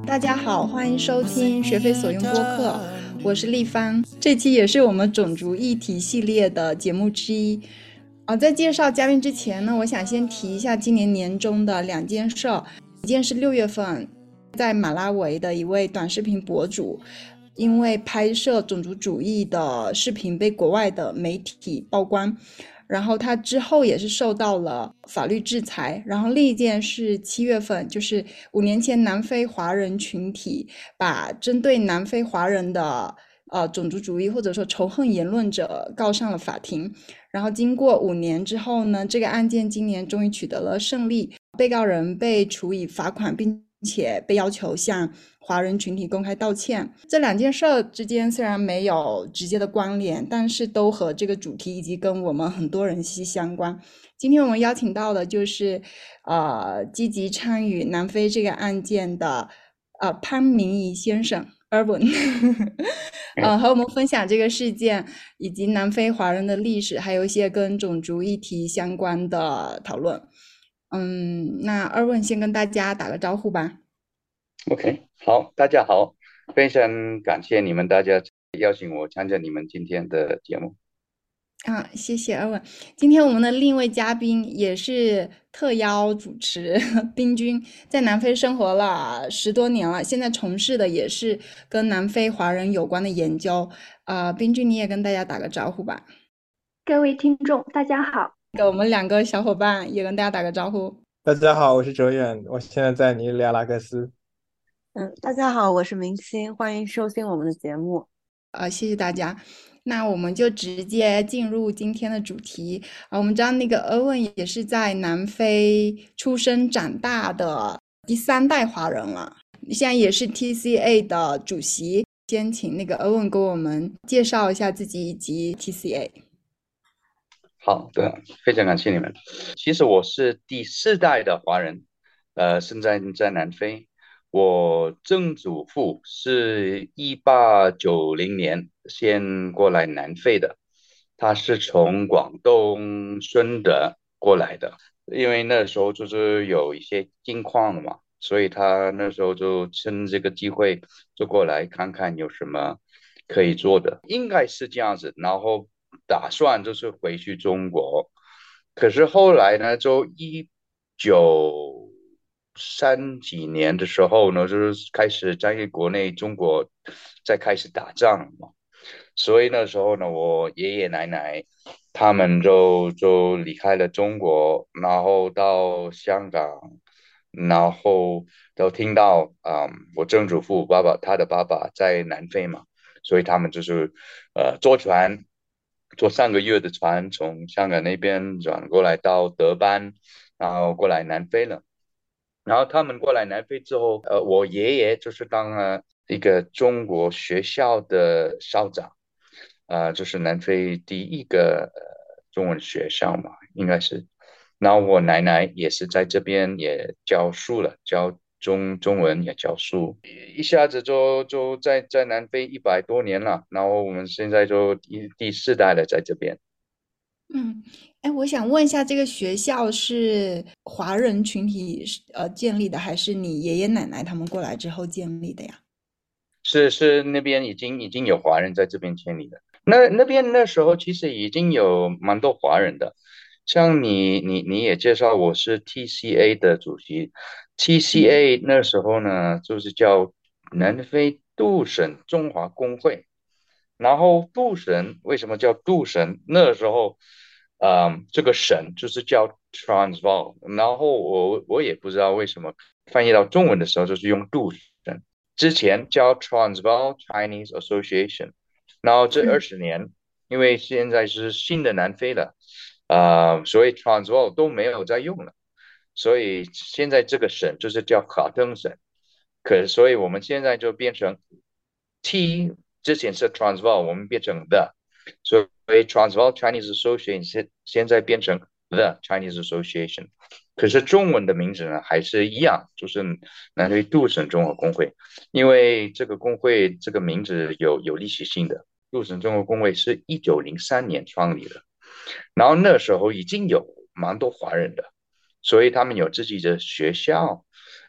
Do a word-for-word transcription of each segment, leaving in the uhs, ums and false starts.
大家好，欢迎收听学非所用播客，我是立方。这期也是我们种族议题系列的节目之一。啊，在介绍嘉宾之前呢，我想先提一下今年年中的两件事。一件是六月份，在马拉维的一位短视频博主，因为拍摄种族主义的视频被国外的媒体曝光。然后他之后也是受到了法律制裁。然后另一件是七月份，就是五年前南非华人群体把针对南非华人的呃种族主义或者说仇恨言论者告上了法庭。然后经过五年之后呢，这个案件今年终于取得了胜利，被告人被处以罚款，并且被要求向华人群体公开道歉。这两件事之间虽然没有直接的关联，但是都和这个主题以及跟我们很多人息息相关。今天我们邀请到的就是呃积极参与南非这个案件的呃潘明仪先生 Erwin 呃和我们分享这个事件以及南非华人的历史，还有一些跟种族议题相关的讨论。嗯，那Erwin先跟大家打个招呼吧。 OK，好，大家好，非常感谢你们大家邀请我参加你们今天的节目。 啊，谢谢二文。今天我们的另一位嘉宾也是特邀主持，冰君在南非生活了十多年了，现在从事的也是跟南非华人有关的研究。啊，冰君你也跟大家打个招呼吧。 各位听众，大家好。 给我们两个小伙伴也跟大家打个招呼。 大家好，我是哲远，我现在在尼日利亚拉各斯。 嗯，大家好，我是明星，欢迎收听我们的节目。 呃，谢谢大家。那我们就直接进入今天的主题啊。我们知道那个 Erwin 也是在南非出生长大的第三代华人了，现在也是 T C A 的主席。先请那个 Erwin 给我们介绍一下自己以及 T C A。 好的，非常感谢你们。其实我是第四代的华人，呃，现在在南非。我曾祖父是一八九零年先过来南非的，他是从广东顺德过来的，因为那时候就是有一些金矿嘛，所以他那时候就趁这个机会就过来看看有什么可以做的，应该是这样子。然后打算就是回去中国，可是后来呢，就一九三几年的时候呢，就是开始在国内中国在开始打仗嘛，所以那时候呢，我爷爷奶奶他们就就离开了中国，然后到香港，然后都听到啊、嗯我曾祖父爸爸他的爸爸在南非嘛，所以他们就是呃坐船，坐三个月的船从香港那边转过来到德班，然后过来南非了。然后他们过来南非之后，呃，我爷爷就是当了一个中国学校的校长，呃，就是南非第一个呃中文学校嘛，应该是。然后我奶奶也是在这边也教书了，教中中文也教书，一下子就就在在南非一百多年了。然后我们现在就第第四代了，在这边。 嗯，哎，我想问一下，这个学校是华人群体呃建立的，还是你爷爷奶奶他们过来之后建立的呀？ 是是那边已经已经有华人在这边建立的。那那边那时候其实已经有蛮多华人的，像你你你也介绍我是 T C A 的主席嗯。 ，T C A 那时候呢就是叫南非杜省中华工会。然后杜省为什么叫杜省？那时候，嗯，这个省就是叫 Transvaal，然后我我也不知道为什么翻译到中文的时候就是用杜省。之前叫 Transvaal Chinese Association，然后这二十年，因为现在是新的南非了，啊、所以 Transvaal 都没有在用了，所以现在这个省就是叫卡登省，可所以我们现在就变成 T，之前是 Transvaal，我们变成 the，所以 Transvaal Chinese Association 现现在变成 the Chinese Association。可是中文的名字呢还是一样，就是南非杜省中国工会，因为这个工会这个名字有有历史性的。杜省中国工会是一九零三年创立的，然后那时候已经有蛮多华人的，所以他们有自己的学校，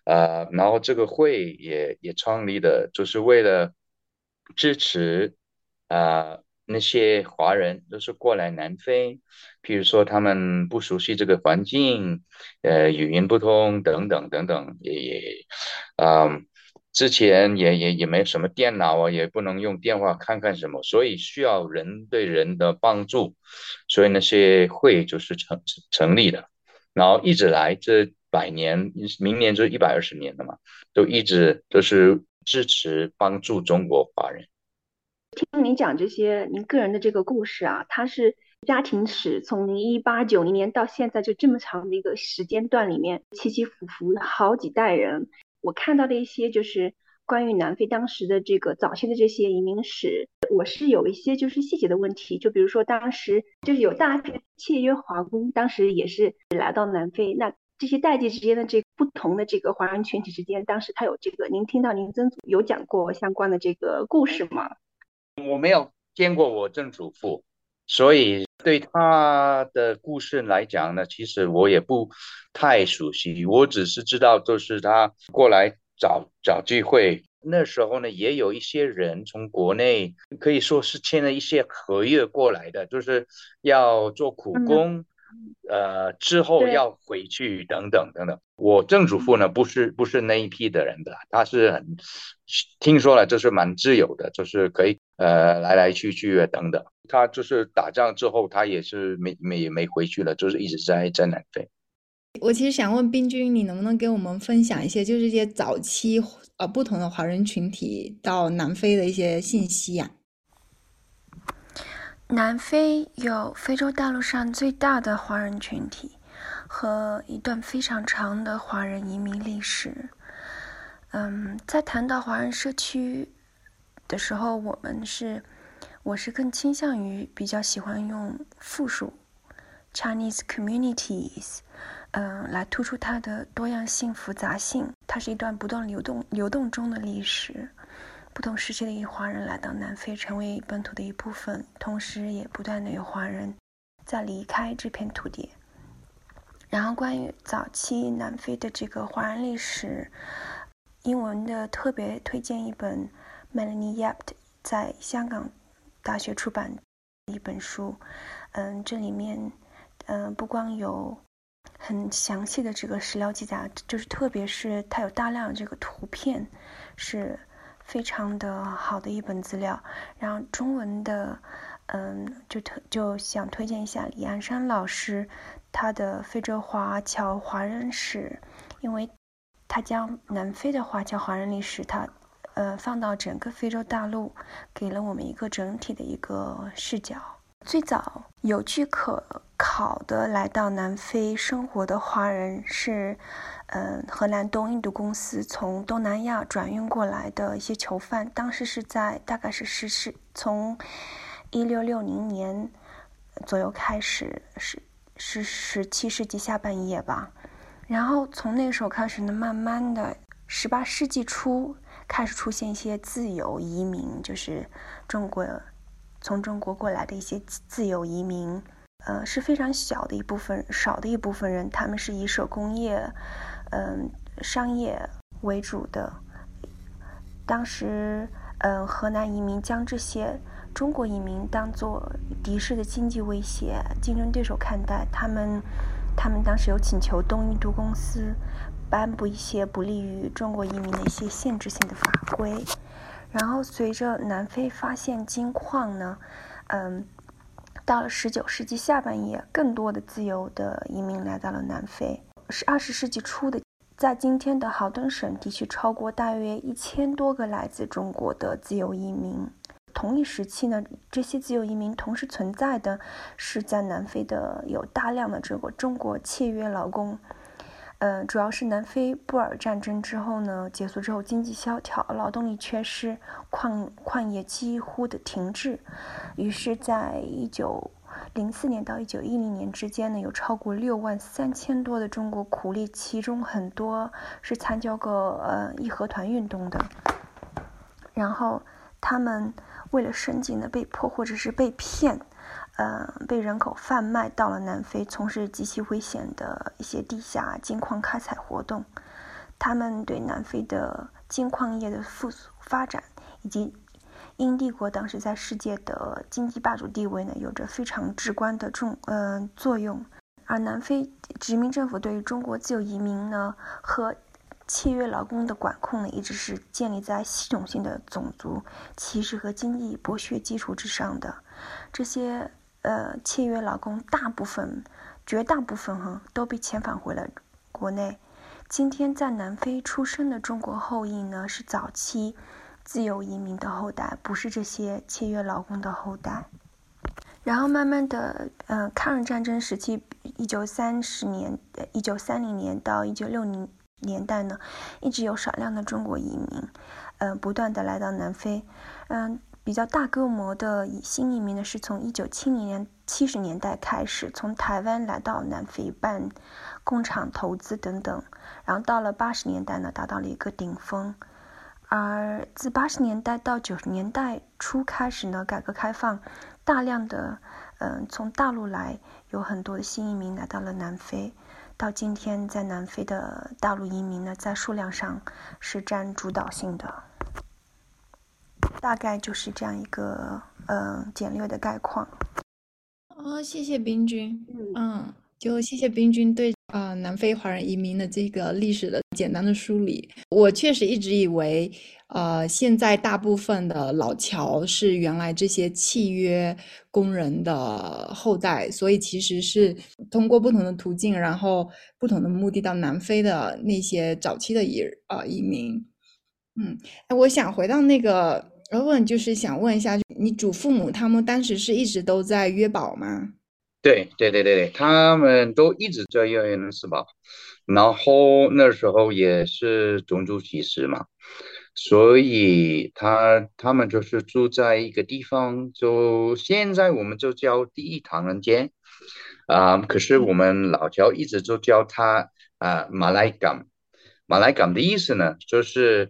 呃，然后这个会也也创立的，就是为了支持呃那些华人，就是过来南非，譬如说他们不熟悉这个环境，呃，语言不通等等等等，也也，嗯、之前也也也没什么电脑啊，也不能用电话看看什么，所以需要人对人的帮助，所以那些会就是成成立的。然后一直来这百年，明年就一百二十年了嘛，都一直都是支持帮助中国华人。 听您讲这些您个人的这个故事啊，它是家庭史，从一八九零年到现在就这么长的一个时间段里面，起起伏伏好几代人。我看到的一些就是关于南非当时的这个早期的这些移民史，我是有一些就是细节的问题，就比如说当时就是有大批契约华工，当时也是来到南非，那这些代际之间的这个不同的这个华人群体之间，当时他有这个，您听到您曾祖有讲过相关的这个故事吗？ 我没有见过我曾祖父，所以对他的故事来讲呢，其实我也不太熟悉。我只是知道，就是他过来找找聚会，那时候呢，也有一些人从国内可以说是签了一些合约过来的，就是要做苦嗯， 工，呃，之后对。 要回去等等等等。我曾祖父呢，不是不是那一批的人的，他是很听说了，就是蛮自由的，就是可以呃来来去去啊等等。他就是打仗之后，他也是没没没回去了，就是一直在在南非。 我其实想问冰君，你能不能给我们分享一些，就是这些早期呃不同的华人群体到南非的一些信息呀、 南非有非洲大陆上最大的华人群体和一段非常长的华人移民历史。嗯，在谈到华人社区的时候，我们是我是更倾向于比较喜欢用复数 Chinese communities， 嗯，来突出它的多样性、复杂性。它是一段不断流动流动中的历史。不同时期的华人来到南非，成为本土的一部分，同时也不断的有华人在离开这片土地。然后关于早期南非的这个华人历史，英文的特别推荐一本 Melanie Yap 在香港大学出版的一本书。嗯，这里面嗯不光有很详细的这个史料记载，就是特别是它有大量的这个图片，是非常的好的一本资料。然后中文的嗯就特就想推荐一下李安山老师他的非洲华侨华人史，因为他将南非的华侨华人历史他呃放到整个非洲大陆，给了我们一个整体的一个视角。最早有据可考的来到南非生活的华人是呃荷兰东印度公司从东南亚转运过来的一些囚犯，当时是在大概是十是从一六六零年左右开始，是是十七世纪下半叶吧。然后从那个时候开始呢，慢慢的十八世纪初开始出现一些自由移民，就是中国从中国过来的一些自由移民，呃，是非常小的一部分，少的一部分人，他们是以手工业，嗯、呃，商业为主的。当时，嗯、呃，河南移民将这些中国移民当作敌视的经济威胁、竞争对手看待，他们，他们当时有请求东印度公司颁布一些不利于中国移民的一些限制性的法规。然后随着南非发现金矿呢，嗯，到了十九世纪下半叶，更多的自由的移民来到了南非。是二十世纪初的，在今天的豪登省地区，超过大约一千多个来自中国的自由移民。同一时期呢，这些自由移民同时存在的是在南非的有大量的这个中国契约劳工。呃，主要是南非布尔战争之后呢，结束之后经济萧条，劳动力缺失，矿矿业几乎的停滞。于是，在一九零四年到一九一零年之间呢，有超过六万三千多的中国苦力，其中很多是参加过呃义和团运动的。然后他们为了生计呢，被迫或者是被骗。呃，被人口贩卖到了南非，从事极其危险的一些地下金矿开采活动。 他们对南非的金矿业的复苏发展，以及英帝国当时在世界的经济霸主地位呢，有着非常至关的重呃作用。而南非殖民政府对于中国自由移民呢和契约劳工的管控呢，一直是建立在系统性的种族歧视和经济剥削基础之上的。这些呃契约劳工大部分、绝大部分哈都被遣返回了国内。今天在南非出生的中国后裔呢，是早期自由移民的后代，不是这些契约劳工的后代。然后慢慢的，呃，抗日战争时期，一九三十年、一九三零年到一九六零年代呢，一直有少量的中国移民，呃，不断的来到南非。嗯、呃，比较大规模的新移民呢，是从一九七零年、七十年代开始，从台湾来到南非办工厂投资等等，然后到了八十年代呢，达到了一个顶峰。而自八十年代到九十年代初开始呢，改革开放，大量的嗯、呃、从大陆来，有很多的新移民来到了南非。到今天，在南非的大陆移民呢，在数量上是占主导性的。大概就是这样一个呃简略的概况。 哦，谢谢冰君。嗯，就谢谢冰君对啊、呃、南非华人移民的这个历史的简单的梳理。我确实一直以为，呃，现在大部分的老侨是原来这些契约工人的后代，所以其实是通过不同的途径，然后不同的目的到南非的那些早期的移呃移民。嗯，我想回到那个问，就是想问一下，你祖父母他们当时是一直都在约堡吗？ 对对对对，他们都一直在约翰内斯堡，然后那时候也是种族歧视嘛，所以他他们就是住在一个地方，就现在我们就叫第一唐人街啊、可是我们老乔一直就叫他啊、马来港，马来港的意思呢就是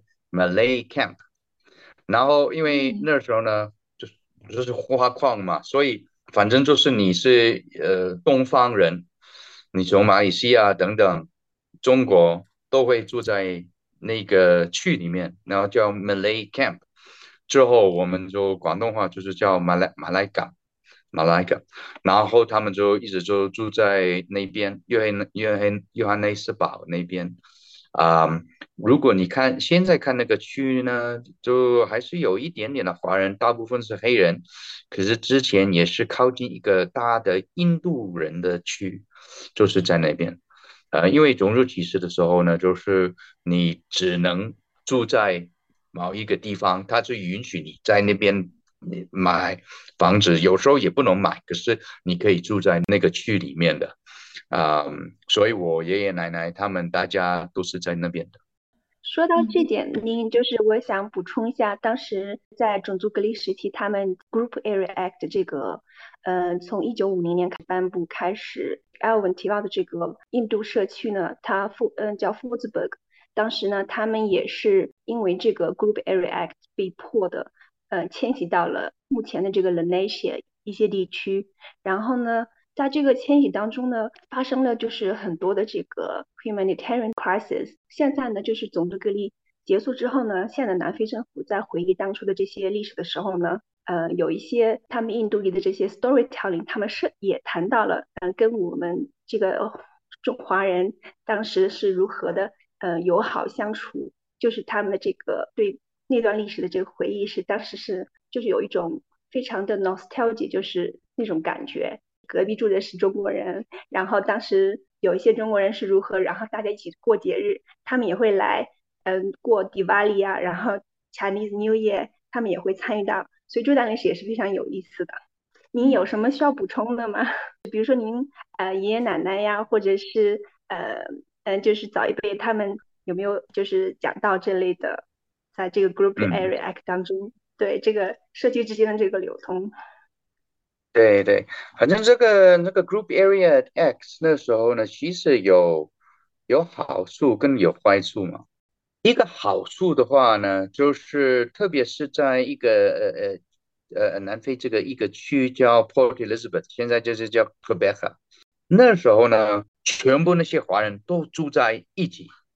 Malay Camp，然后因为那时候呢，就是就是挖矿嘛，所以反正就是你是呃东方人，你从马来西亚等等中国都会住在那个区里面，然后叫 Malay Camp。之后我们就广东话就是叫马来马来港。马来港，然后他们就一直就住在那边，约翰约翰约翰内斯堡那边，啊、如果你看现在看那个区呢，就还是有一点点的华人，大部分是黑人，可是之前也是靠近一个大的印度人的区，就是在那边。呃，因为种族歧视的时候呢，就是你只能住在某一个地方，他就允许你在那边你买房子，有时候也不能买，可是你可以住在那个区里面的。啊、所以我爷爷奶奶他们大家都是在那边的。 说到这点，您就是我想补充一下，当时在种族隔离时期，他们 Group Area Act 这个，呃，从一九五零年开颁布开始 ，Alvin 提到的这个印度社区呢，它富嗯、呃、叫 Footsburg，当时呢，他们也是因为这个 Group Area Act 被迫的，呃，迁徙到了目前的这个 Lenasia 一些地区，然后呢。在这个迁徙当中呢，发生了就是很多的这个 humanitarian crisis。现在呢，就是种族隔离结束之后呢，现在南非政府在回忆当初的这些历史的时候呢，呃，有一些他们印度裔的这些 storytelling，他们是也谈到了，嗯、呃，跟我们这个中华人当时是如何的呃友好相处，就是他们的这个对那段历史的这个回忆是当时是就是有一种非常的 nostalgia，就是那种感觉。隔壁住的是中国人，然后当时有一些中国人是如何，然后大家一起过节日，他们也会来，嗯，过 Diwali 啊，然后 Chinese New Year， 他们也会参与到，所以这段历史也是非常有意思的。您有什么需要补充的吗？比如说您呃爷爷奶奶呀，或者是呃嗯、呃、就是早一辈他们有没有就是讲到这类的，在这个 Group Area Act 当中，嗯、对这个社区之间的这个流通。 对对，反正这个那个 Group Area X 那时候呢，其实有有好处跟有坏处嘛。一个好处的话呢，就是特别是在一个呃呃呃南非这个一个区叫 Port Elizabeth， 现在就是叫 Quebec。那时候呢，全部那些华人都住在一起，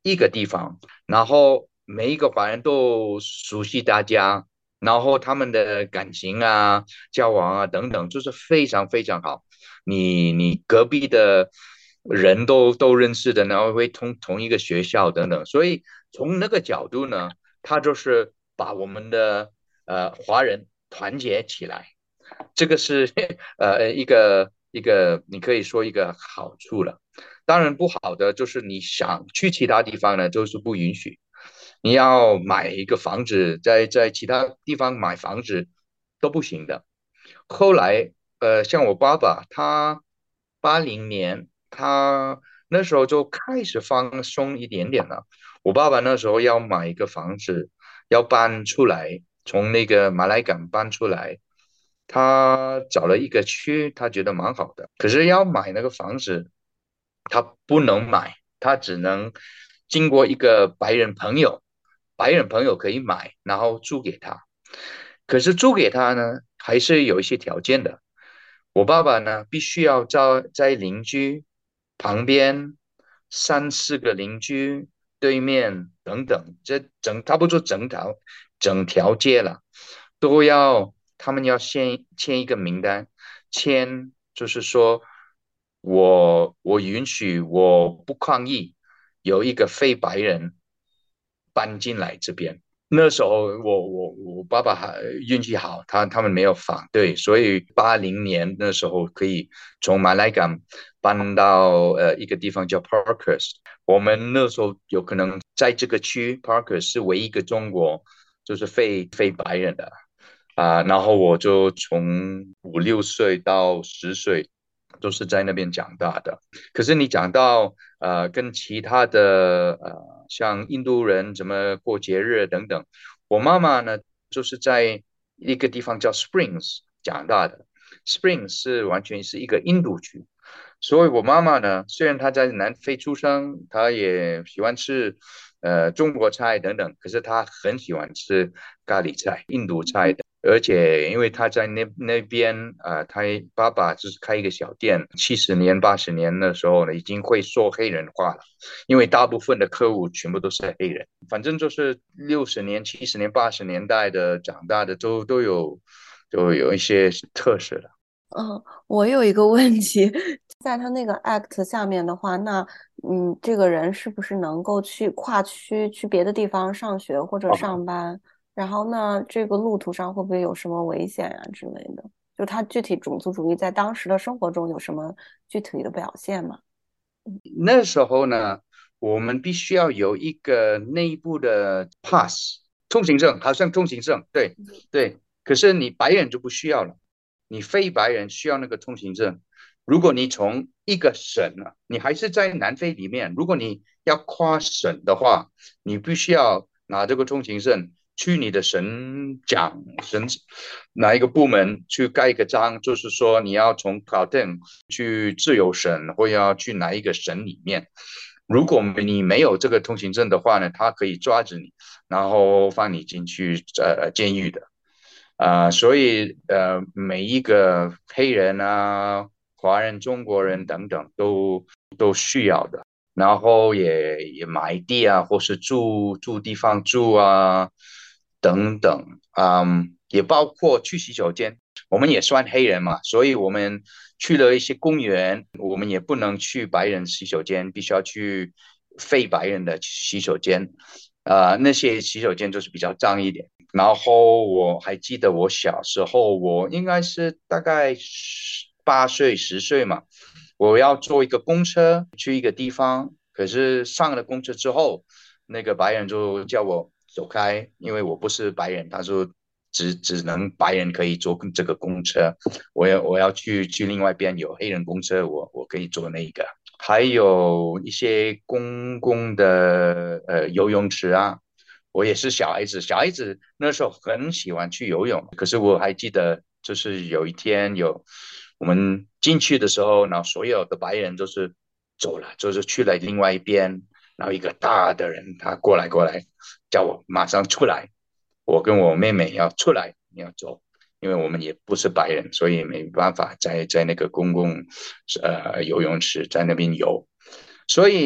一个地方，然后每一个华人都熟悉大家，然后他们的感情啊、交往啊等等，就是非常非常好。你你隔壁的人都都认识的，然后会同同一个学校等等，所以从那个角度呢，他就是把我们的呃华人团结起来，这个是呃一个一个你可以说一个好处了。当然不好的就是你想去其他地方呢，就是不允许。你要买一个房子，在在其他地方买房子都不行的。后来，呃，像我爸爸，他八零年，他那时候就开始放松一点点了。我爸爸那时候要买一个房子，要搬出来，从那个马来港搬出来，他找了一个区，他觉得蛮好的。可是要买那个房子，他不能买，他只能经过一个白人朋友，白人朋友可以买，然后租给他。可是租给他呢，还是有一些条件的。我爸爸呢，必须要在在邻居旁边三四个邻居对面等等，这整差不多整条整条街了，都要他们要先签一个名单，签就是说我我允许我不抗议，有一个非白人搬进来这边。那时候我我我爸爸还运气好，他他们没有反对，所以八零年那时候可以从马来港搬到呃一个地方叫 Parkers。我们那时候有可能在这个区 Parkers 是唯一一个中国就是非非白人的啊、然后我就从五六岁到十岁都是在那边长大的。可是你讲到呃跟其他的呃像印度人怎么过节日等等，我妈妈呢就是在一个地方叫 Springs 长大的。Springs 是完全是一个印度区，所以我妈妈呢虽然她在南非出生，她也喜欢吃呃中国菜等等，可是她很喜欢吃咖喱菜、印度菜的。而且因为他在那那边，呃，他爸爸就是开一个小店，七十年、八十年的时候呢，已经会说黑人话了，因为大部分的客户全部都是黑人。反正就是六十年、七十年、八十年代的长大的都都有都有一些特色的。 嗯，我有一个问题，在他那个 act 下面的话，那嗯，这个人是不是能够去跨区去别的地方上学或者哦， 上班？然后呢，这个路途上会不会有什么危险呀之类的？就他具体种族主义在当时的生活中有什么具体的表现吗？ 那时候呢，我们必须要有一个内部的 pass 通行证，好像通行证，对对。可是你白人就不需要了，你非白人需要那个通行证。如果你从一个省啊，你还是在南非里面，如果你要跨省的话，你必须要拿这个通行证去你的省长省哪一个部门去盖一个章，就是说你要从 Gauteng 去自由省，或要去哪一个省里面。如果你没有这个通行证的话呢，他可以抓着你，然后放你进去呃监狱的。啊、呃所以呃，每一个黑人啊、华人、中国人等等都都需要的。然后也也买地啊，或是住住地方住啊，等等，嗯，也包括去洗手间。我们也算黑人嘛，所以我们去了一些公园，我们也不能去白人洗手间，必须要去非白人的洗手间。啊、呃那些洗手间就是比较脏一点。然后我还记得我小时候，我应该是大概八岁、十岁嘛，我要坐一个公车去一个地方，可是上了公车之后，那个白人就叫我走开，因为我不是白人，他说只只能白人可以坐这个公车，我要我要去去另外一边有黑人公车，我我可以坐那个。还有一些公共的呃游泳池啊，我也是小孩子，小孩子那时候很喜欢去游泳。可是我还记得，就是有一天有我们进去的时候，然后所有的白人都是走了，就是去了另外一边。然后一个大的人他过来过来，叫我马上出来。我跟我妹妹要出来，你要走，因为我们也不是白人，所以没办法在在那个公共呃游泳池在那边游。所以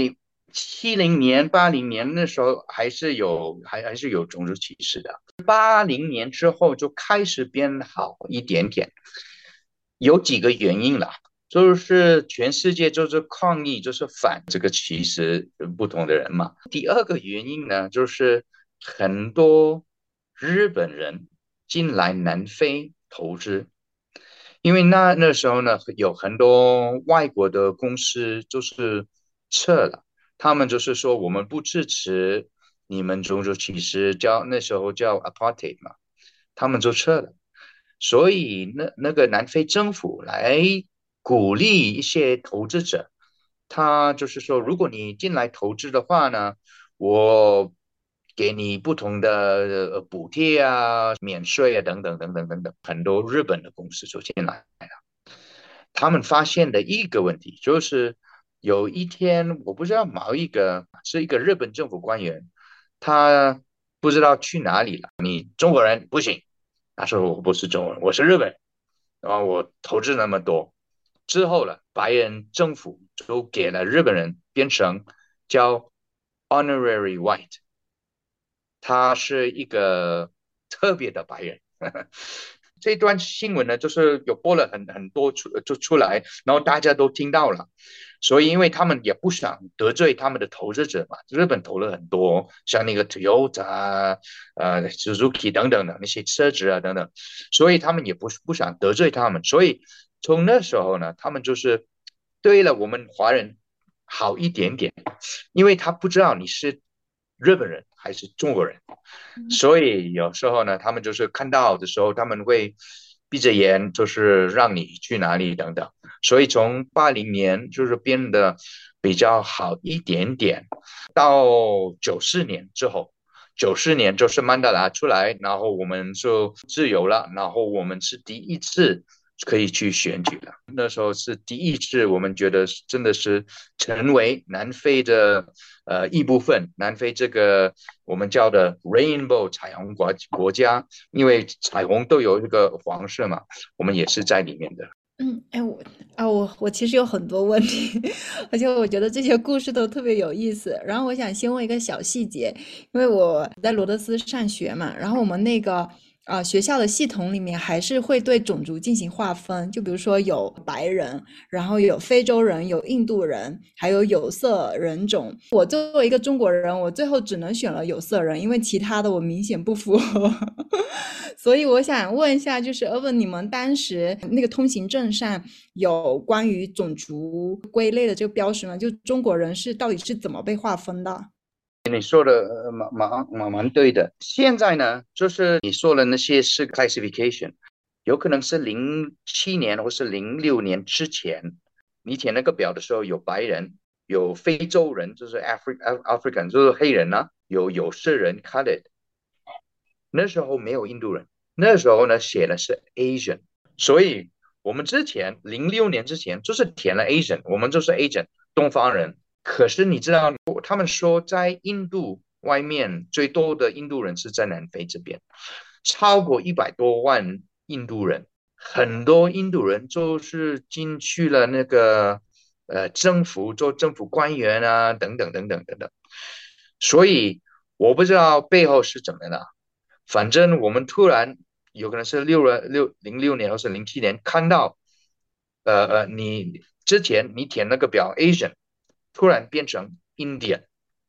七零年、八零年那时候还是有还还是有种族歧视的。八零年之后就开始变好一点点，有几个原因啦，就是全世界就是抗议，就是反这个歧视不同的人嘛。第二个原因呢，就是很多日本人进来南非投资，因为那那时候呢，有很多外国的公司就是撤了，他们就是说我们不支持你们种族歧视，叫那时候叫 apartheid 嘛，他们就撤了。所以那那个南非政府来鼓励一些投资者，他就是说，如果你进来投资的话呢，我给你不同的呃补贴啊、免税啊等等等等等等，很多日本的公司就进来了。他们发现的一个问题就是，有一天我不知道某一个是一个日本政府官员，他不知道去哪里了。你中国人不行，他说我不是中国人，我是日本人，然后我投资那么多，之后了，白人政府就给了日本人变成叫 honorary white，他是一个特别的白人。这段新闻呢，就是有播了很很多出就出来，然后大家都听到了，所以因为他们也不想得罪他们的投资者嘛，日本投了很多，像那个 Toyota、呃 Suzuki 等等的那些车子啊等等，所以他们也不不想得罪他们，所以从那时候呢，他们就是对了我们华人好一点点，因为他不知道你是日本人还是中国人。所以有时候呢，他们就是看到的时候，他们会闭着眼，就是让你去哪里等等。所以从八零年就是变得比较好一点点，到九四年之后，九四年就是曼德拉出来，然后我们就自由了，然后我们是第一次可以去选举了。那时候是第一次，我们觉得真的是成为南非的呃一部分。南非这个我们叫的 Rainbow 彩虹国国家，因为彩虹都有一个黄色嘛，我们也是在里面的。 嗯，哎，我啊，我我其实有很多问题，而且我觉得这些故事都特别有意思。然后我想先问一个小细节，因为我在罗德斯上学嘛，然后我们那个啊、学校的系统里面还是会对种族进行划分，就比如说有白人，然后有非洲人，有印度人，还有有色人种。我作为一个中国人，我最后只能选了有色人，因为其他的我明显不符合。所以我想问一下，就是呃问你们当时那个通行证上有关于种族归类的这个标识吗？就中国人是到底是怎么被划分的？ 你说的呃蛮蛮蛮蛮对的。现在呢，就是你说的那些是 classification，有可能是零七年或是零六年之前，你填那个表的时候有白人，有非洲人，就是 Afri African，就是黑人啊，有有色人 colored。那时候没有印度人，那时候呢写的是 Asian，所以我们之前零六年之前就是填了 Asian，我们就是 Asian 东方人。可是你知道，他们说在印度外面最多的印度人是在南非这边，超过一百多万印度人，很多印度人就是进去了那个呃政府做政府官员啊，等等等等等等。所以我不知道背后是怎么的，反正我们突然有可能是六了六零六年或是零七年看到，呃呃，你之前你填那个表 Asian，突然变成 Indian，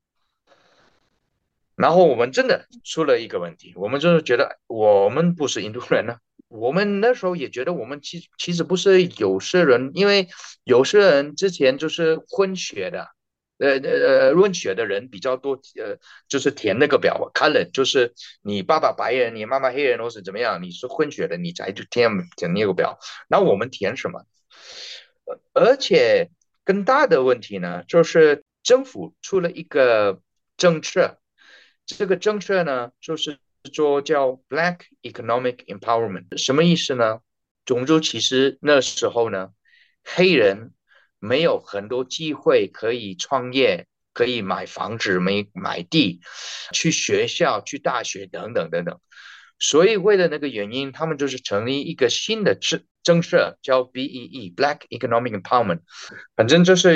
然后我们真的出了一个问题，我们就是觉得我们不是印度人呢、我们那时候也觉得我们其其实不是有色人，因为有色人之前就是混血的，呃呃混血的人比较多，呃就是填那个表 color，就是你爸爸白人，你妈妈黑人或是怎么样，你是混血的，你才去填填那个表。那我们填什么？而且更大的问题呢，就是政府出了一个政策，这个政策呢，就是说叫 Black Economic Empowerment，什么意思呢？种族歧视那时候呢，黑人没有很多机会可以创业，可以买房子、买买地，去学校、去大学等等等等。所以为了那个原因，他们就是成立一个新的政政策，叫 B E E Black Economic Empowerment。反正就是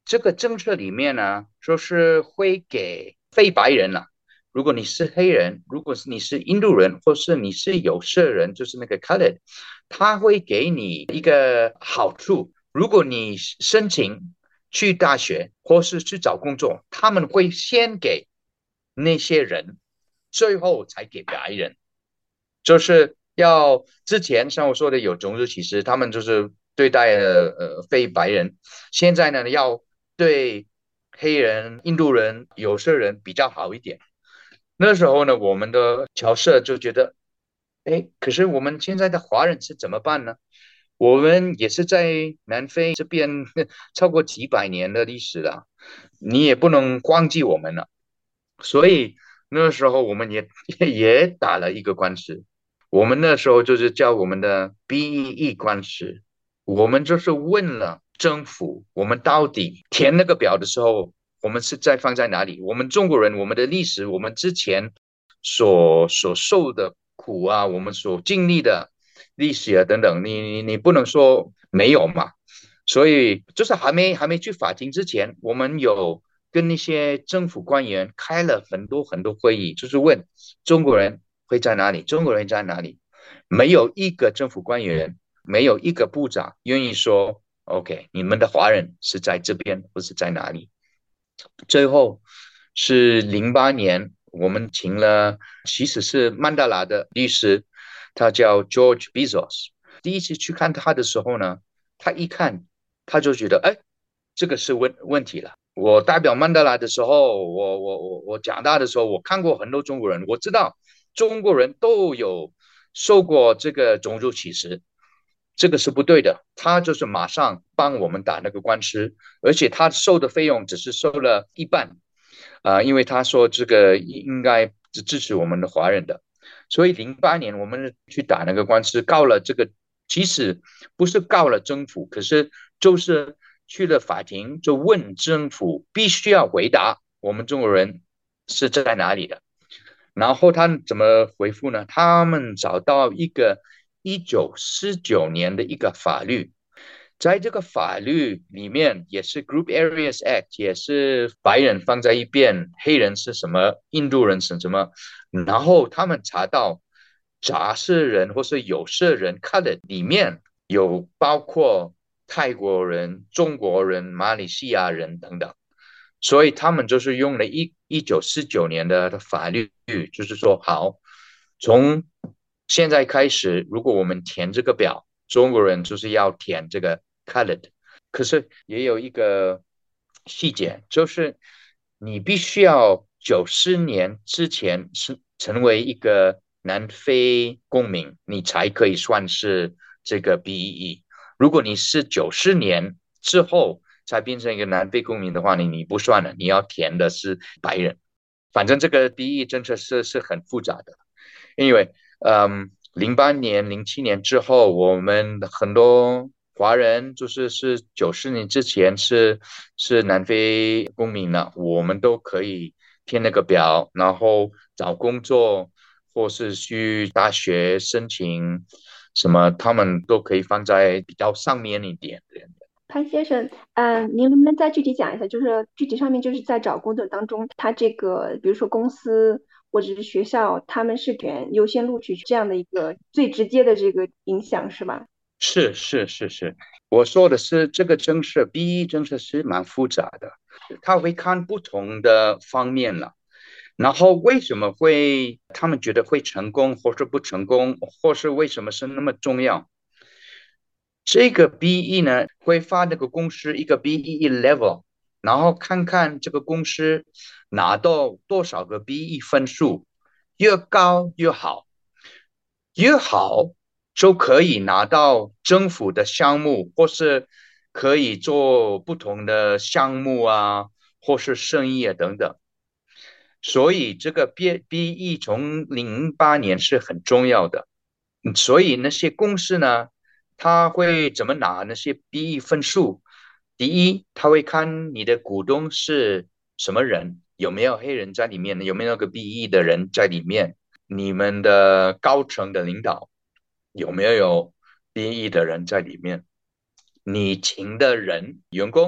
这个政策里面呢，就是会给非白人啊，如果你是黑人，如果是你是印度人，或是你是有色人，就是那个 colored， 他会给你一个好处。如果你申请去大学或是去找工作，他们会先给那些人，最后才给白人。就是要之前像我说的有种族歧视，他们就是对待呃呃非白人，现在呢要对黑人、印度人、有色人比较好一点。那时候呢，我们的侨社就觉得，哎，可是我们现在的华人是怎么办呢？我们也是在南非这边超过几百年的历史了，你也不能忘记我们了。所以那时候我们也也打了一个官司，我们那时候就是叫我们的 B E E 官司，我们就是问了政府，我们到底填那个表的时候，我们是在放在哪里？我们中国人，我们的历史，我们之前所所受的苦啊，我们所经历的历史啊等等，你你你不能说没有嘛？所以就是还没还没去法庭之前，我们有跟那些政府官员开了很多很多会议，就是问中国人会在哪里，中国人在哪里？没有一个政府官员，没有一个部长愿意说 OK， 你们的华人是在这边或是在哪里？最后是零八年，我们请了其实是曼德拉的律师，他叫 George Bizos。第一次去看他的时候呢，他一看他就觉得，哎，这个是问问题了。我代表曼德拉的时候，我我我我讲大的时候，我看过很多中国人，我知道中国人都有受过这个种族歧视，这个是不对的。他就是马上帮我们打那个官司，而且他收的费用只是收了一半，啊、呃，因为他说这个应该支持我们的华人的，所以零八年我们去打那个官司，告了这个，其实不是告了政府，可是就是去了法庭，就问政府必须要回答我们中国人是在哪里的。然后他怎么回复呢？他们找到一个一九四九年的一个法律，在这个法律里面也是 Group Areas Act， 也是白人放在一边，黑人是什么，印度人是什么，然后他们查到杂色人或是有色人 colored 里面有包括泰国人、中国人、马来西亚人等等。所以他们就是用了一一九四九年的法律，就是说好，从现在开始，如果我们填这个表，中国人就是要填这个 colored。可是也有一个细节，就是你必须要九四年之前是成为一个南非公民，你才可以算是这个 B E E。如果你是九四年之后才变成一个南非公民的话，你你不算了，你要填的是白人。反正这个 B E E 政策是是很复杂的，因为嗯，零八年、零七年之后，我们很多华人就是是九四年之前是是南非公民了，我们都可以填那个表，然后找工作或是去大学申请什么，他们都可以放在比较上面一点的。 潘先生，嗯，您能不能再具体讲一下，就是具体上面就是在找工作当中，他这个比如说公司或者是学校，他们是选优先录取这样的一个最直接的这个影响，是吧？ 是是是是，我说的是这个政策 ，B E 政策是蛮复杂的，他会看不同的方面了。然后为什么会他们觉得会成功，或是不成功，或是为什么是那么重要？这个 B E 呢，会发那个公司一个 B E E level， 然后看看这个公司拿到多少个 B E 分数，越高越好，越好就可以拿到政府的项目，或是可以做不同的项目啊，或是生意啊等等。所以这个 B E 从零八年是很重要的，所以那些公司呢，他会怎么拿那些 B E 分数？第一，他会看你的股东是什么人，有没有黑人在里面，有没有个 B E 的人在里面，你们的高层的领导有没有 B E 的人在里面，你请的人员工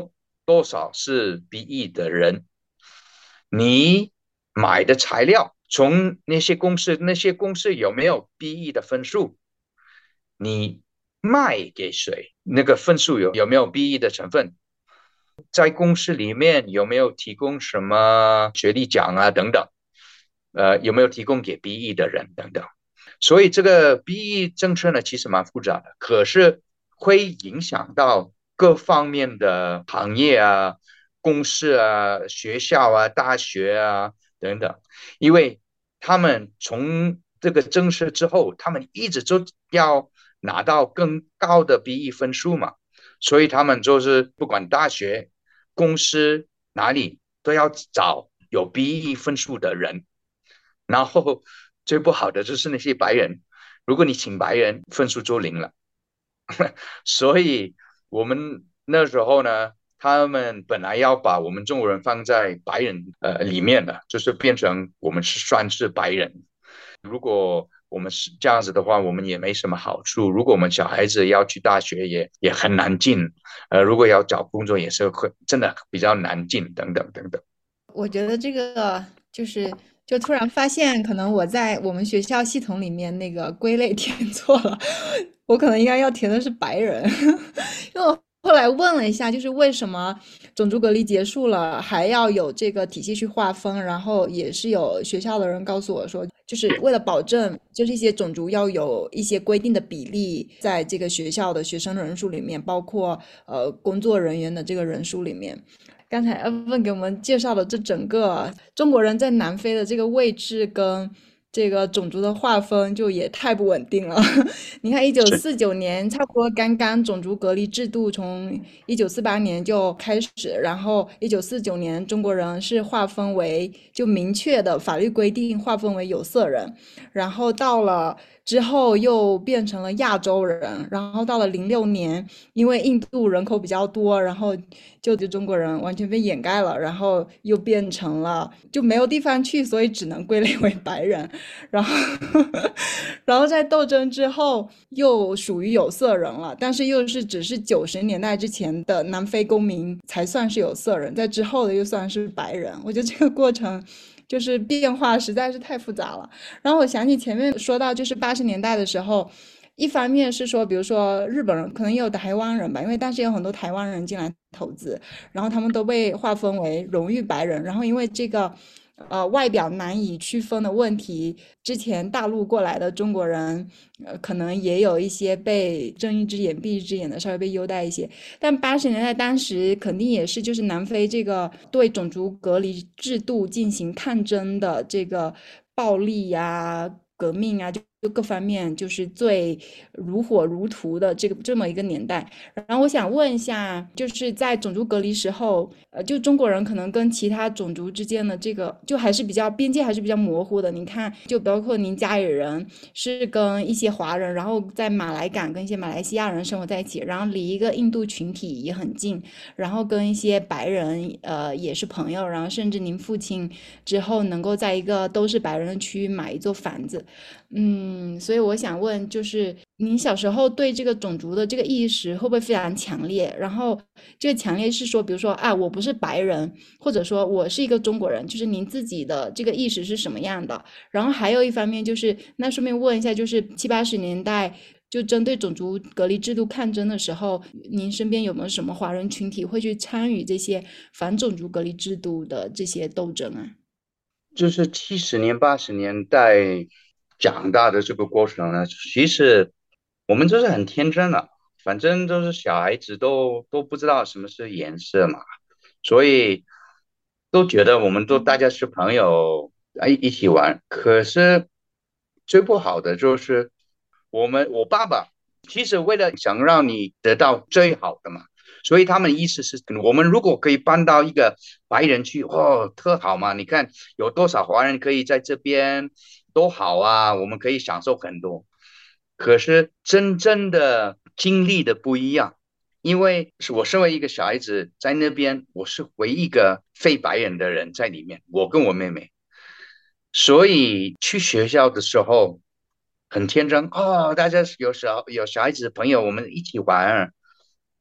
多少是 B E 的人，你买的材料从那些公司，那些公司有没有 B E 的分数，你卖给谁，那个分数有有没有 B E 的成分，在公司里面有没有提供什么学历奖啊等等，呃，有没有提供给 B E 的人等等。所以这个 B E 政策呢，其实蛮复杂的，可是会影响到各方面的行业啊、公司啊、学校啊、大学啊等等，因为他们从这个政策之后，他们一直就要拿到更高的 B E 分数嘛，所以他们就是不管大学、公司哪里都要找有 B E 分数的人，然后最不好的就是那些白人，如果你请白人，分数就零了。所以我们那时候呢，他们本来要把我们中国人放在白人呃里面的，就是变成我们是算是白人。如果我们是这样子的话，我们也没什么好处。如果我们小孩子要去大学也也很难进，呃，如果要找工作也是会真的比较难进，等等等等。 我觉得这个就是就突然发现，可能我在我们学校系统里面那个归类填错了，我可能应该要填的是白人，因为我后来问了一下，就是为什么种族隔离结束了还要有这个体系去划分，然后也是有学校的人告诉我说，就是为了保证就是一些种族要有一些规定的比例在这个学校的学生人数里面，包括呃工作人员的这个人数里面。刚才阿问给我们介绍的这整个中国人在南非的这个位置跟这个种族的划分就也太不稳定了。你看，一九四九年差不多刚刚种族隔离制度从一九四八年就开始，然后一九四九年中国人是划分为就明确的法律规定划分为有色人，然后到了之后又变成了亚洲人，然后到了零六年，因为印度人口比较多，然后就就中国人完全被掩盖了，然后又变成了就没有地方去，所以只能归类为白人。然后然后在斗争之后又属于有色人了，但是又是只是九十年代之前的南非公民才算是有色人，在之后的又算是白人。我觉得这个过程就是变化实在是太复杂了。然后我想起前面说到，就是八十年代的时候，一方面是说，比如说日本人，可能也有台湾人吧，因为当时有很多台湾人进来投资，然后他们都被划分为荣誉白人，然后因为这个呃外表难以区分的问题，之前大陆过来的中国人，呃可能也有一些被睁一只眼闭一只眼的，稍微被优待一些。但八十年代当时肯定也是就是南非这个对种族隔离制度进行抗争的这个暴力呀、革命啊，就就各方面就是最如火如荼的这个这么一个年代。然后我想问一下，就是在种族隔离时候，呃，就中国人可能跟其他种族之间的这个就还是比较边界还是比较模糊的。你看，就包括您家里人是跟一些华人，然后在马来港跟一些马来西亚人生活在一起，然后离一个印度群体也很近，然后跟一些白人呃也是朋友，然后甚至您父亲之后能够在一个都是白人的区域买一座房子。嗯，所以我想问，就是您小时候对这个种族的这个意识会不会非常强烈？然后这个强烈是说，比如说啊，我不是白人，或者说我是一个中国人，就是您自己的这个意识是什么样的？然后还有一方面就是，那顺便问一下，就是七八十年代就针对种族隔离制度抗争的时候，您身边有没有什么华人群体会去参与这些反种族隔离制度的这些斗争啊？ 就是七十年、八十年代长大的这个过程呢，其实我们就是很天真的，反正都是小孩子都都不知道什么是颜色嘛，所以都觉得我们都大家是朋友，哎，一起玩。可是最不好的就是我们我爸爸其实为了想让你得到最好的嘛，所以他们意思是我们如果可以搬到一个白人区，哦，特好嘛！你看有多少华人可以在这边，多好啊！我们可以享受很多。可是真正的经历的不一样，因为是我身为一个小孩子在那边，我是唯一一个非白人的人在里面，我跟我妹妹，所以去学校的时候很天真哦，大家有小有小孩子的朋友，我们一起玩。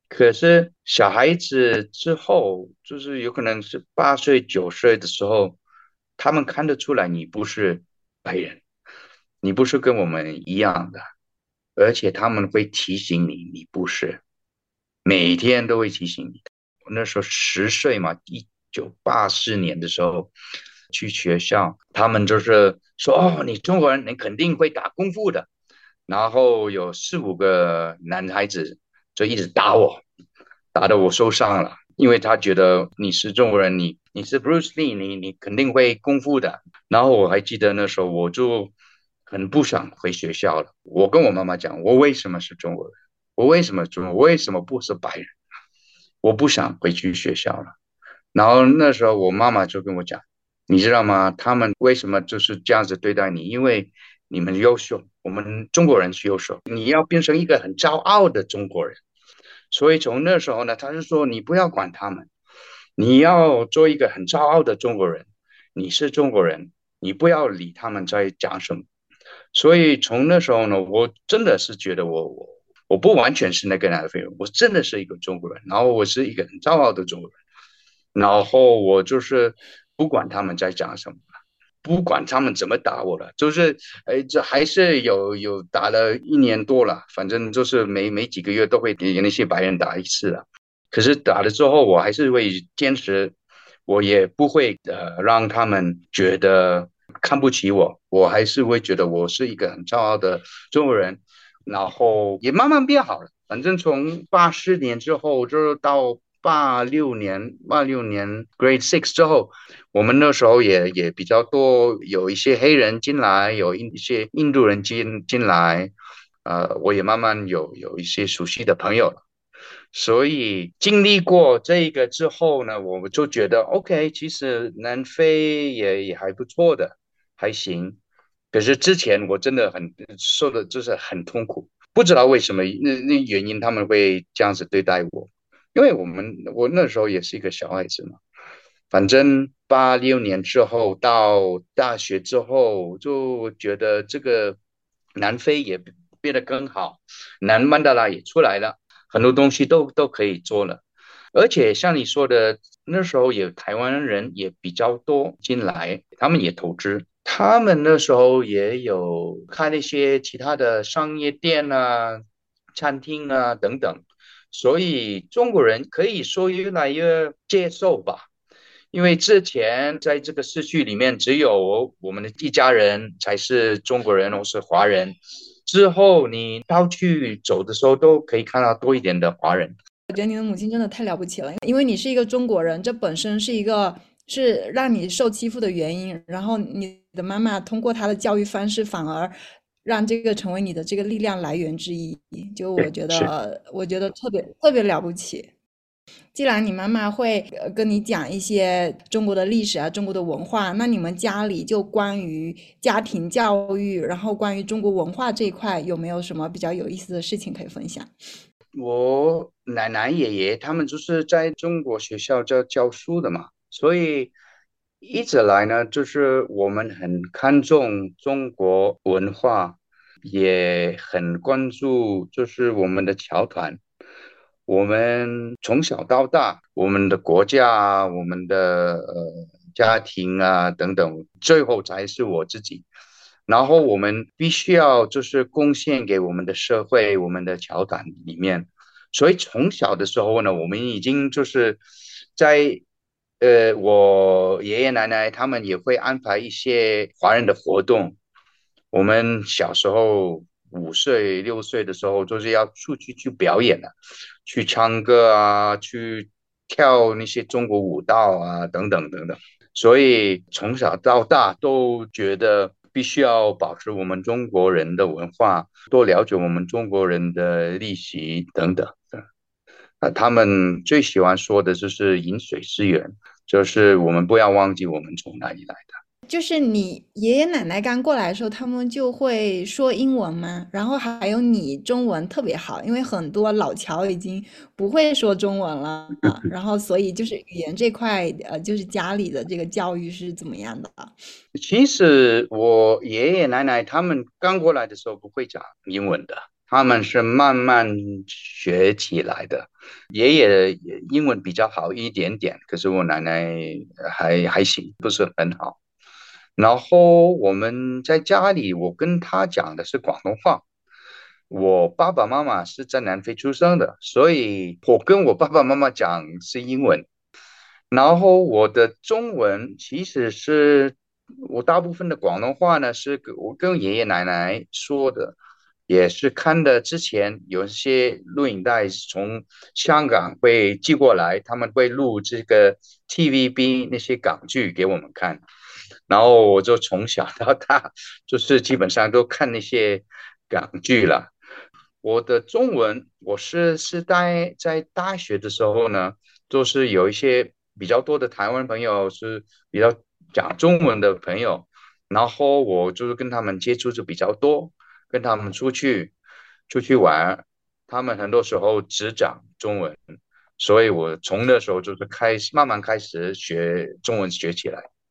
可是小孩子之后，就是有可能是八岁、九岁的时候，他们看得出来你不是白人，你不是跟我们一样的，而且他们会提醒你，你不是，每天都会提醒你。我那时候十岁嘛，一九八四年的时候去学校，他们就是说：“哦，你中国人，你肯定会打功夫的。”然后有四五个男孩子就一直打我，打得我受伤了，因为他觉得你是中国人，你你是 Bruce Lee，你你肯定会功夫的。然后我还记得那时候我就很不想回学校了，我跟我妈妈讲，我为什么是中国人？我为什么中国？我为什么不是白人？我不想回去学校了。然后那时候我妈妈就跟我讲，你知道吗？他们为什么就是这样子对待你？因为你们优秀，我们中国人是优秀，你要变成一个很骄傲的中国人。所以从那时候呢，他就说你不要管他们，你要做一个很骄傲的中国人。你是中国人，你不要理他们在讲什么。所以从那时候呢，我真的是觉得我我我不完全是那个南非人，我真的是一个中国人，然后我是一个很骄傲的中国人。然后我就是不管他们在讲什么，不管他们怎么打我了，就是哎，这还是有有打了一年多了，反正就是每每几个月都会给那些白人打一次了。可是打了之后，我还是会坚持，我也不会呃让他们觉得看不起我，我还是会觉得我是一个很骄傲的中国人，然后也慢慢变好了。反正从八四年之后，就是到八六年，八六年 Grade Six 之后，我们那时候也也比较多，有一些黑人进来，有一些印度人进进来，呃，我也慢慢有有一些熟悉的朋友了。所以经历过这个之后呢，我就觉得 OK，其实南非也也还不错的，还行。可是之前我真的很受的就是很痛苦，不知道为什么那那原因他们会这样子对待我，因为我们我那时候也是一个小孩子嘛。反正八六年之后到大学之后，就觉得这个南非也变得更好，南曼德拉也出来了，很多东西都都可以做了。而且像你说的，那时候有台湾人也比较多进来，他们也投资，他们那时候也有开那些其他的商业店啊、餐厅啊等等，所以中国人可以说越来越接受吧。因为之前在这个市区里面，只有我们的一家人才是中国人或是华人。之后你到去走的时候，都可以看到多一点的华人。 我觉得你的母亲真的太了不起了，因为你是一个中国人，这本身是一个是让你受欺负的原因，然后你的妈妈通过她的教育方式，反而让这个成为你的这个力量来源之一。就我觉是得，我觉得特别特别了不起。既然你妈妈会呃跟你讲一些中国的历史啊、中国的文化，那你们家里就关于家庭教育，然后关于中国文化这一块，有没有什么比较有意思的事情可以分享？ 我奶奶爷爷他们就是在中国学校教教书的嘛，所以一直来呢，就是我们很看重中国文化，也很关注就是我们的侨团。我们从小到大，我们的国家啊，我们的呃家庭啊等等，最后才是我自己。然后我们必须要就是贡献给我们的社会、我们的侨团里面。所以从小的时候呢，我们已经就是在呃，我爷爷奶奶他们也会安排一些华人的活动。我们小时候五岁、六岁的时候，就是要出去去表演的，去唱歌啊，去跳那些中国舞蹈啊，等等等等。所以从小到大都觉得必须要保持我们中国人的文化，多了解我们中国人的历史等等。啊，他们最喜欢说的就是饮水思源，就是我们不要忘记我们从哪里来的。 就是你爷爷奶奶刚过来的时候，他们就会说英文吗？然后还有你中文特别好，因为很多老侨已经不会说中文了，然后所以就是语言这块，呃，就是家里的这个教育是怎么样的？ 其实我爷爷奶奶他们刚过来的时候不会讲英文的， 他们是慢慢学起来的。爷爷英文比较好一点点，可是我奶奶还还行，不是很好。然后我们在家里，我跟他讲的是广东话。我爸爸妈妈是在南非出生的，所以我跟我爸爸妈妈讲是英文。然后我的中文其实是我大部分的广东话呢，是我跟爷爷奶奶说的，也是看的之前有一些录影带从香港会寄过来，他们会录这个 T V B 那些港剧给我们看，然后我就从小到大就是基本上都看那些港剧了。我的中文，我是是在在大学的时候呢，就是有一些比较多的台湾朋友是比较讲中文的朋友，然后我就是跟他们接触就比较多，跟他们出去出去玩，他们很多时候只讲中文，所以我从那时候就是开始慢慢开始学中文学起来。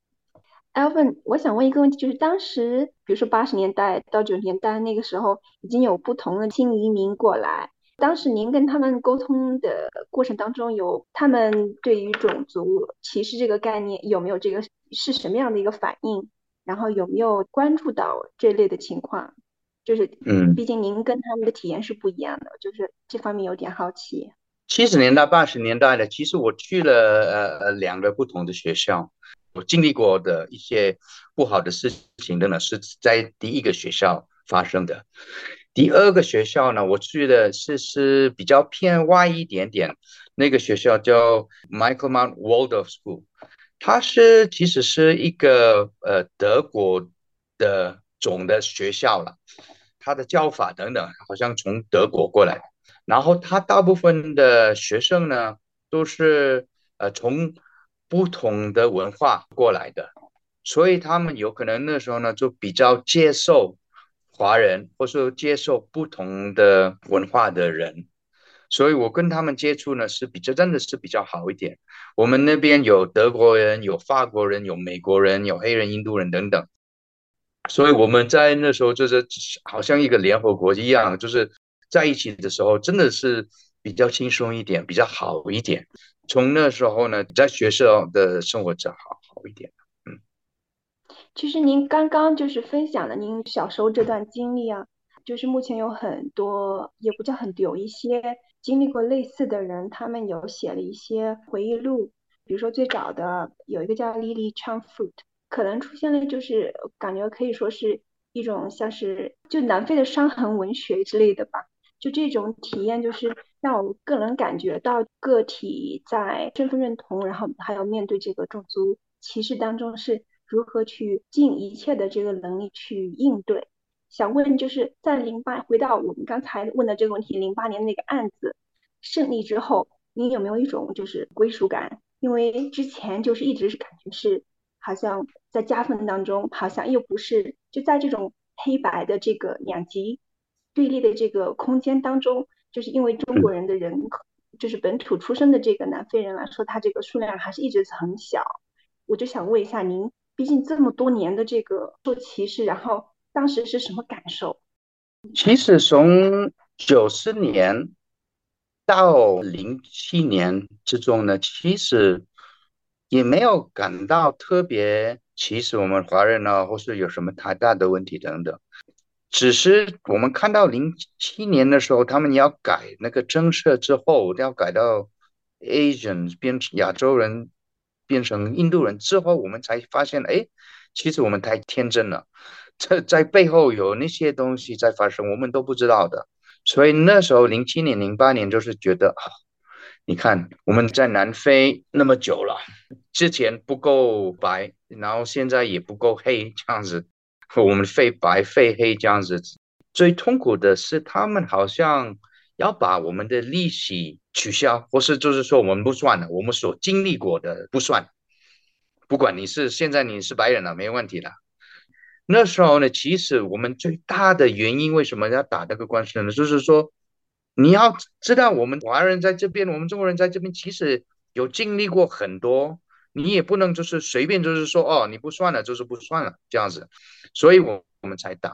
Alvin，我想问一个问题，就是当时，比如说八十年代到九十年代那个时候，已经有不同的新移民过来。当时您跟他们沟通的过程当中，有他们对于种族歧视这个概念有没有这个是什么样的一个反应？然后有没有关注到这类的情况？就是嗯。 毕竟您跟他们的体验是不一样的，就是这方面有点好奇。 七十年代、八十年代的，其实我去了呃呃两个不同的学校，我经历过的一些不好的事情的呢，是在第一个学校发生的。第二个学校呢，我去的是是比较偏外一点点，那个学校叫 Michael Mount Waldorf School，它是其实是一个呃德国的总的学校了，它的教法等等好像从德国过来。然后他大部分的学生呢，都是呃从不同的文化过来的，所以他们有可能那时候呢就比较接受华人，或是接受不同的文化的人，所以我跟他们接触呢是比较真的是比较好一点。我们那边有德国人，有法国人，有美国人，有黑人、印度人等等，所以我们在那时候就是好像一个联合国一样，就是在一起的时候真的是比较轻松一点，比较好一点。从那时候呢，在学校的生活就好好一点。嗯。 其实您刚刚就是分享了您小时候这段经历啊，就是目前有很多，也不叫很多，有一些经历过类似的人，他们有写了一些回忆录，比如说最早的有一个叫 Lily Chan-Foot，可能出现了就是感觉可以说是一种像是就南非的伤痕文学之类的吧。就这种体验，就是让我个人感觉到个体在身份认同，然后还有面对这个种族歧视当中是如何去尽一切的这个能力去应对。想问就是在零八回到我们刚才问的这个问题，零八年那个案子胜利之后，你有没有一种就是归属感？因为之前就是一直是感觉是好像在夹缝当中，好像又不是就在这种黑白的这个两极对立的这个空间当中，就是因为中国人的人口，就是本土出生的这个南非人来说，他这个数量还是一直很小。我就想问一下您，毕竟这么多年的这个受歧视，然后当时是什么感受？ 其实从九十年到零七年之中呢，其实也没有感到特别歧视我们华人呢，或是有什么太大的问题等等。只是我们看到零七年的时候，他们要改那个政策之后，要改到 Asian 变成亚洲人变成印度人之后，我们才发现，哎，其实我们太天真了，这在背后有那些东西在发生，我们都不知道的。所以那时候零七年、零八年就是觉得，啊，你看我们在南非那么久了，之前不够白，然后现在也不够黑，这样子。我们废白废黑这样子，最痛苦的是他们好像要把我们的利息取消，或是就是说我们不算了，我们所经历过的不算，不管你是现在你是白人了，没问题的。那时候呢，其实我们最大的原因为什么要打这个官司呢？就是说你要知道，我们华人在这边，我们中国人在这边，其实有经历过很多，你也不能就是随便就是说哦，你不算了就是不算了这样子，所以我我们才打。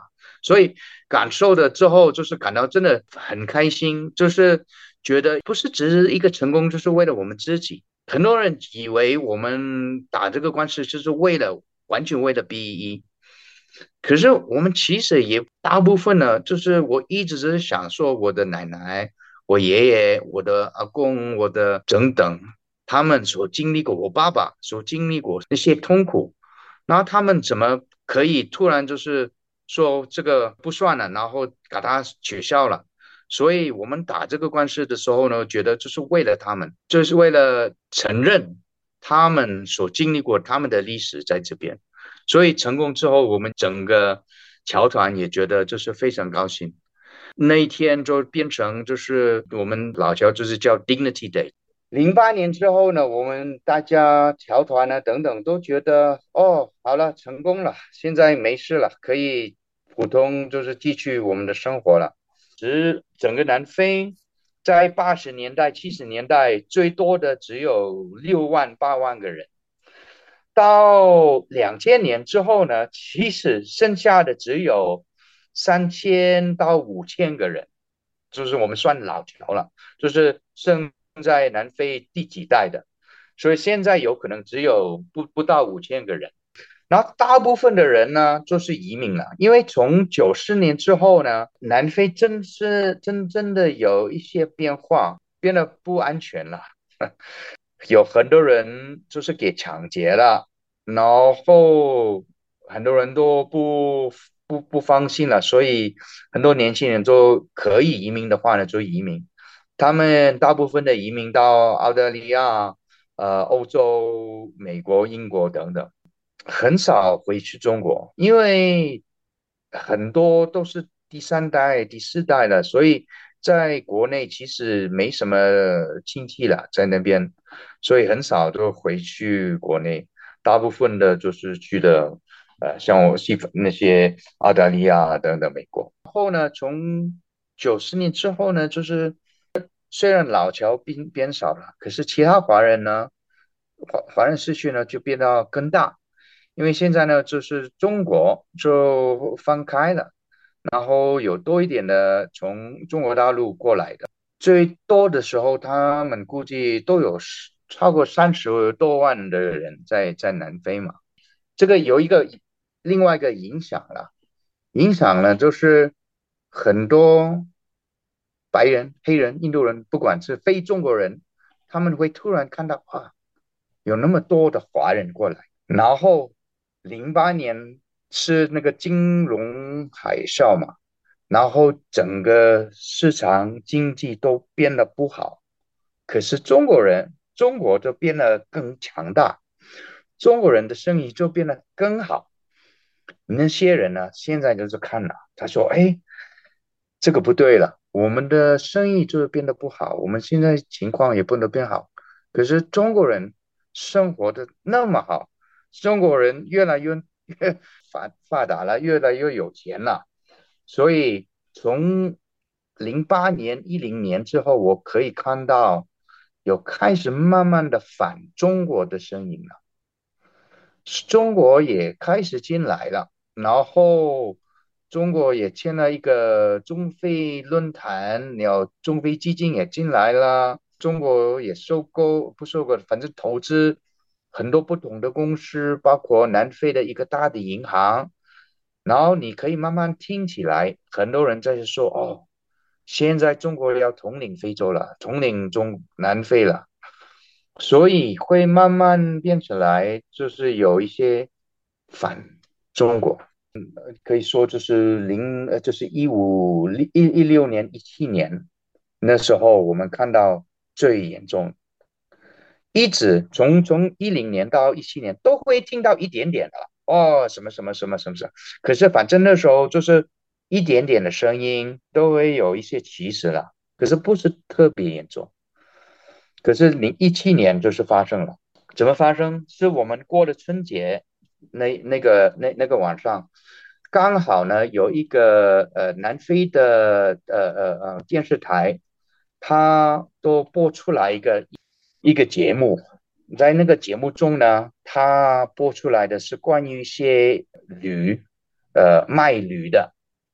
所以感受了之后，就是感到真的很开心，就是觉得不是只是一个成功，就是为了我们自己。很多人以为我们打这个官司就是为了完全为了 B E， 可是我们其实也大部分呢，就是我一直是想说我的奶奶、我爷爷、我的阿公、我的等等，他们所经历过，我爸爸所经历过那些痛苦，然后他们怎么可以突然就是说这个不算了，然后把它取消了？所以我们打这个官司的时候呢，觉得就是为了他们，就是为了承认他们所经历过他们的历史在这边。所以成功之后，我们整个侨团也觉得就是非常高兴。那一天就变成就是我们老侨就是叫 Dignity Day。零八年之后呢，我们大家侨团呢等等都觉得哦，好了，成功了，现在没事了，可以普通就是继续我们的生活了。只整个南非在八十年代、七十年代最多的只有六万、八万个人。到两千年之后呢，其实剩下的只有三千到五千个人，就是我们算老侨了，就是剩在南非第几代的，所以现在有可能只有不不到五千个人。然后大部分的人呢，就是移民了，因为从九十年之后呢，南非真是真正的有一些变化，变得不安全了。有很多人就是给抢劫了，然后很多人都不不不放心了，所以很多年轻人就可以移民的话呢，就移民。他们大部分的移民到澳大利亚、呃欧洲、美国、英国等等，很少回去中国，因为很多都是第三代、第四代了，所以在国内其实没什么亲戚了，在那边。所以很少都回去国内，大部分的就是去的，呃，像我西那些澳大利亚等等美国。然后呢，从九十年之后呢，就是虽然老侨变变少了，可是其他华人呢，华华人社区呢就变得更大，因为现在呢就是中国就放开了，然后有多一点的从中国大陆过来的。最多的时候，他们估计都有十超过三十多万的人在在南非嘛。这个有一个另外一个影响了，影响呢就是很多白人、黑人、印度人，不管是非中国人，他们会突然看到啊，有那么多的华人过来。然后零八年是那个金融海啸嘛，然后整个市场经济都变得不好，可是中国人，中国就变得更强大，中国人的生意就变得更好。那些人呢，现在就是看了，他说：“哎，这个不对了，我们的生意就是变得不好，我们现在情况也不能变好。可是中国人生活的那么好，中国人越来越越发发达了，越来越有钱了。所以从零八年、一零年之后，我可以看到有开始慢慢的反中国的声音了。”中国也开始进来了，然后中国也签了一个中非论坛，然后中非基金也进来了，中国也收购不收购，反正投资很多不同的公司，包括南非的一个大的银行，然后你可以慢慢听起来，很多人在说哦，现在中国要统领非洲了，统领中南非了。所以会慢慢变起来，就是有一些反中国，可以说就是零，呃，就是一五一一六年、一七年那时候，我们看到最严重，一直从从一零年到一七年都会听到一点点的哦，什么什么什么什么什么，可是反正那时候就是一点点的声音都会有一些歧视了，可是不是特别严重。可是零一七年就是发生了，怎么发生？是我们过了春节那那个那那个晚上，刚好呢有一个呃南非的呃呃呃电视台，它都播出来一个一个节目，在那个节目中呢，它播出来的是关于一些驴，呃卖驴的。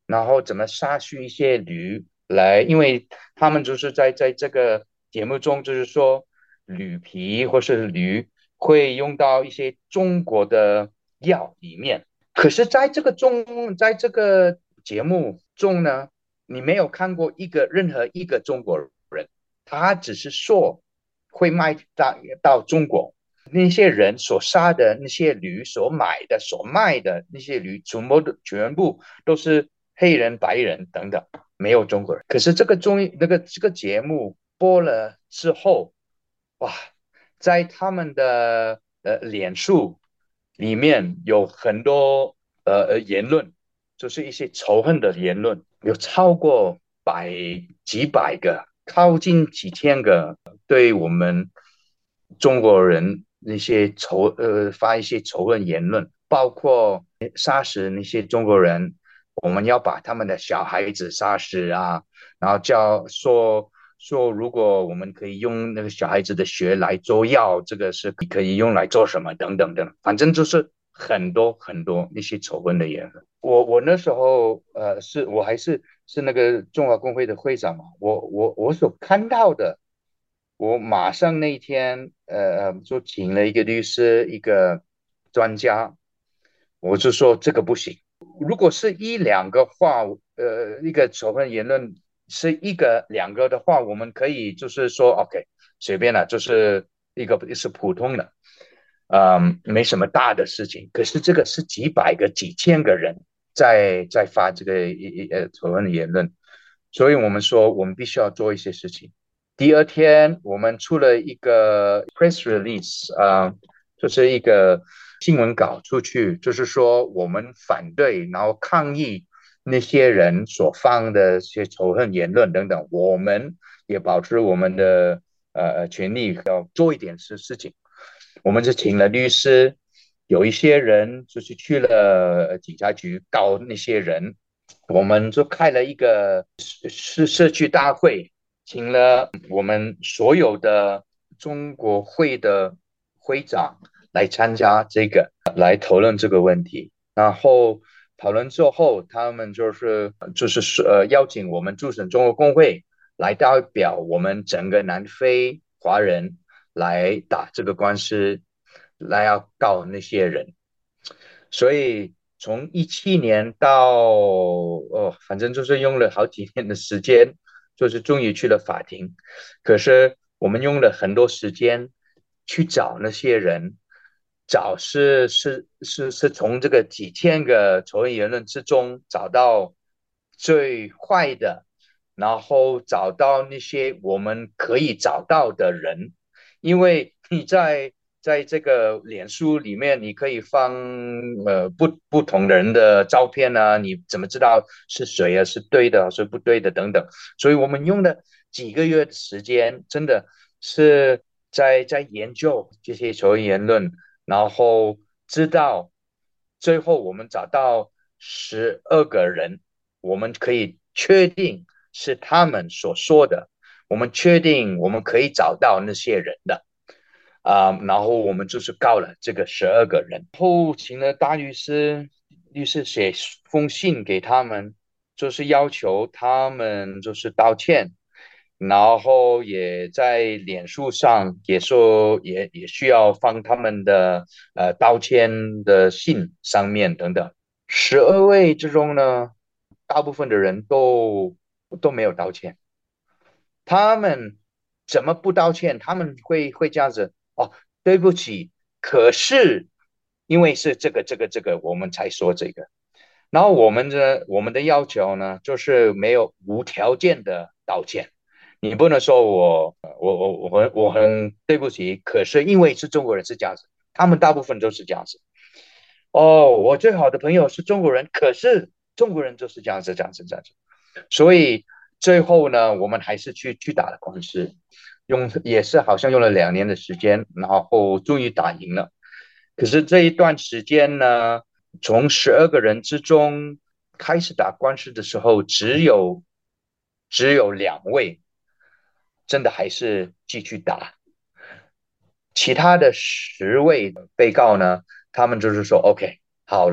然后怎么杀死一些驴来，因为他们就是在在这个节目中，就是说驴皮或是驴会用到一些中国的药里面。可是在这个中，在这个节目中呢，你没有看过一个任何一个中国人，他只是说会卖到到中国。那些人所杀的那些驴，所买的、所卖的那些驴，全部都全部都是黑人、白人等等，没有中国人。可是这个综艺那个这个节目播了之后，哇，在他们的呃脸书里面有很多呃呃言论，就是一些仇恨的言论，有超过百几百个，靠近几千个，对我们中国人那些仇呃发一些仇恨言论，包括杀死那些中国人，我们要把他们的小孩子杀死啊，然后叫说说如果我们可以用那个小孩子的血来做药，这个是可以用来做什么等等等，反正就是很多很多那些仇恨的言论。我我那时候呃是我还是是那个中华工会的会长嘛，我我我所看到的。我马上那一天，呃，就请了一个律师，一个专家，我就说这个不行。如果是一两个话，呃，一个仇恨言论是一个两个的话，我们可以就是说 OK，随便了，就是一个是普通的，嗯，没什么大的事情。可是这个是几百个、几千个人在在发这个一呃仇恨的言论，所以我们说我们必须要做一些事情。第二天，我们出了一个 press release 啊、呃，就是一个新闻稿出去，就是说我们反对，然后抗议那些人所放的一些仇恨言论等等，我们也保持我们的呃权利，要做一点事事情。我们就请了律师，有一些人就是去了警察局告那些人，我们就开了一个社社区大会。请了我们所有的中国会的会长来参加这个，来讨论这个问题。然后讨论之后，他们就是就是呃邀请我们驻省中国工会来代表我们整个南非华人来打这个官司，来要告那些人。所以从一七年到哦，反正就是用了好几年的时间，就是终于去了法庭。可是我们用了很多时间去找那些人，找是是是是从这个几千个仇恨言论之中找到最坏的，然后找到那些我们可以找到的人，因为你在在这个脸书里面，你可以放呃不不同的人的照片啊，你怎么知道是谁啊？是对的，是不对的等等。所以我们用了几个月的时间，真的是在在研究这些仇恨言论，然后知道最后我们找到十二个人，我们可以确定是他们所说的，我们确定我们可以找到那些人的。啊、呃然后我们就是告了这个十二个人，后请了大律师，律师写封信给他们，就是要求他们就是道歉，然后也在脸书上也说也也需要放他们的呃道歉的信上面等等。十二位之中呢，大部分的人都都没有道歉。他们怎么不道歉？他们会会这样子哦，对不起，可是因为是这个这个这个，我们才说这个。然后我们的我们的要求呢，就是没有无条件的道歉。你不能说我我我我很我很对不起，可是因为是中国人是这样子，他们大部分都是这样子。哦，我最好的朋友是中国人，可是中国人就是这样子这样子这样子。所以最后呢，我们还是去去打了官司，用也是好像用了两年的时间，然后终于打赢了。可是这一段时间呢，从十二个人之中开始打官司的时候，只有只有两位真的还是继续打，其他的十位被告呢，他们就是说 OK 好了，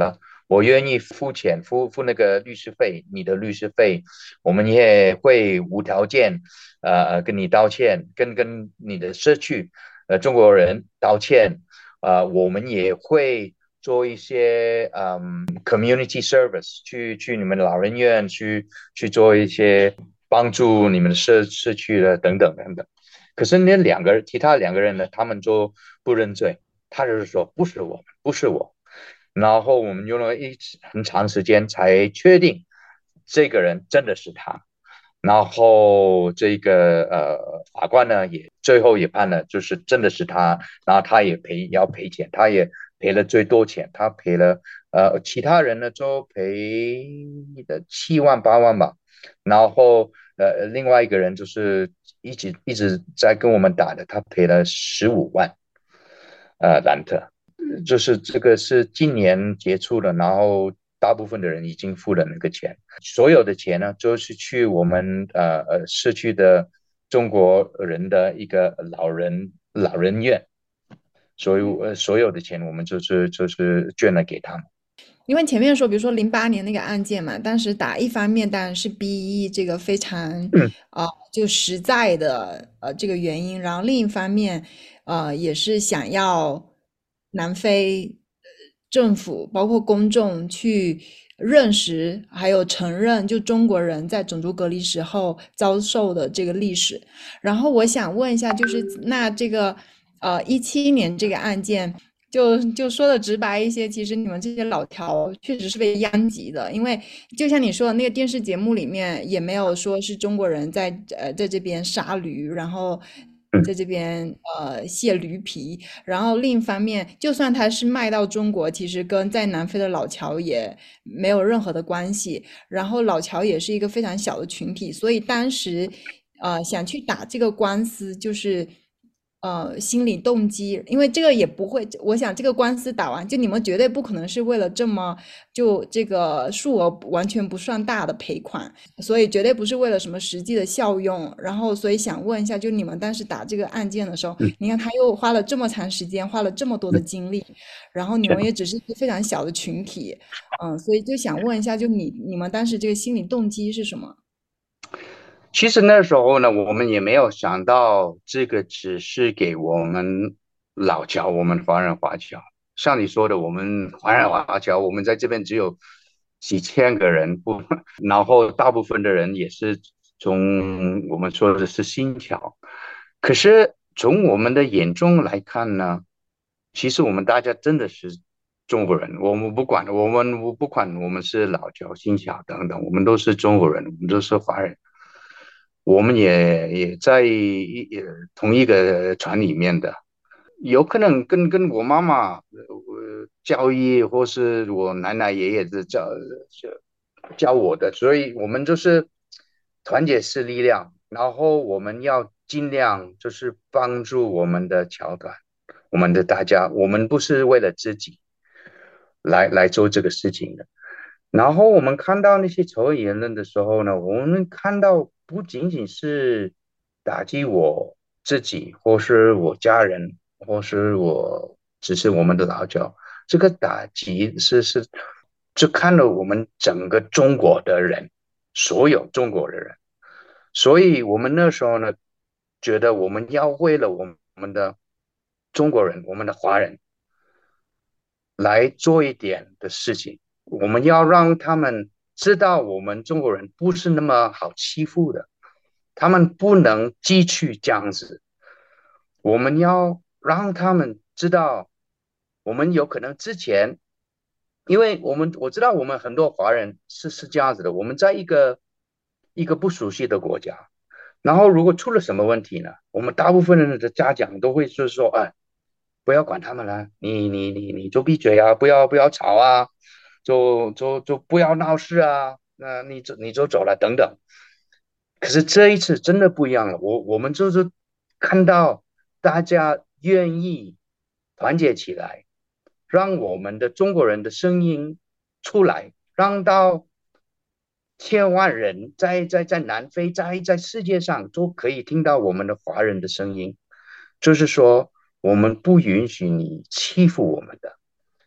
我愿意付钱，付付那个律师费，你的律师费，我们也会无条件，呃，跟你道歉，跟跟你的社区，呃，中国人道歉，呃，我们也会做一些嗯 community service，去去你们老人院去去做一些帮助你们的社社区的等等等等。可是那两个其他两个人呢，他们就不认罪，他就是说不是我们，不是我。然后我们用了一很长时间才确定这个人真的是他。然后这个呃法官呢也最后也判了，就是真的是他，然后他也赔要赔钱，他也赔了最多钱，他赔了呃其他人呢都赔的七万八万吧，然后呃另外一个人就是一直一直在跟我们打的，他赔了十五万呃兰特。就是这个是今年结束了，然后大部分的人已经付了那个钱，所有的钱呢，就是去我们呃呃社区的中国人的一个老人老人院，所以呃所有的钱我们就是就是捐了给他们。 因为前面说，比如说零八年那个案件嘛，当时打一方面当然是 B 一这个非常啊、呃就实在的呃这个原因，然后另一方面呃也是想要南非呃政府包括公众去认识还有承认就中国人在种族隔离时候遭受的这个历史。然后我想问一下，就是那这个呃一七年这个案件。就就说的直白一些，其实你们这些老条确实是被殃及的，因为就像你说的那个电视节目里面也没有说是中国人在呃在这边杀驴，然后在这边呃卸驴皮，然后另一方面，就算他是卖到中国，其实跟在南非的老乔也没有任何的关系，然后老乔也是一个非常小的群体，所以当时呃想去打这个官司就是。呃，心理动机，因为这个也不会，我想这个官司打完，就你们绝对不可能是为了这么就这个数额完全不算大的赔款，所以绝对不是为了什么实际的效用。然后，所以想问一下，就你们当时打这个案件的时候， 嗯你看他又花了这么长时间，花了这么多的嗯， 精力，然后你们也只是一个非常小的群体，嗯，所以就想问一下，就你你们当时这个心理动机是什么？ 其实那时候呢，我们也没有想到这个只是给我们老侨，我们华人华侨。像你说的，我们华人华侨，我们在这边只有几千个人，不，然后大部分的人也是从我们说的是新侨。可是从我们的眼中来看呢，其实我们大家真的是中国人，我们不管，我们不管我们是老侨、新侨等等，我们都是中国人，我们都是华人。我们也也在一也同一个船里面的，有可能跟跟我妈妈呃教育，或是我奶奶爷爷的教教教我的，所以我们就是团结是力量，然后我们要尽量就是帮助我们的侨团，我们的大家，我们不是为了自己来来做这个事情的。然后我们看到那些仇恨言论的时候呢，我们看到不仅仅是打击我自己，或是我家人，或是我只是我们的老教，这个打击是是，就看了我们整个中国的人，所有中国的人。所以我们那时候呢，觉得我们要为了我们的中国人，我们的华人来做一点的事情。我们要让他们知道，我们中国人不是那么好欺负的，他们不能继续这样子。我们要让他们知道，我们有可能之前，因为我们我知道我们很多华人是是这样子的，我们在一个一个不熟悉的国家，然后如果出了什么问题呢，我们大部分人的家长都会就是说，哎，不要管他们了，你你你你就闭嘴啊，不要不要吵啊，就就就不要闹事啊，那你就你就走了等等。可是这一次真的不一样了，我我们就是看到大家愿意团结起来，让我们的中国人的声音出来，让到千万人在在在南非，在在世界上都可以听到我们的华人的声音，就是说我们不允许你欺负我们的。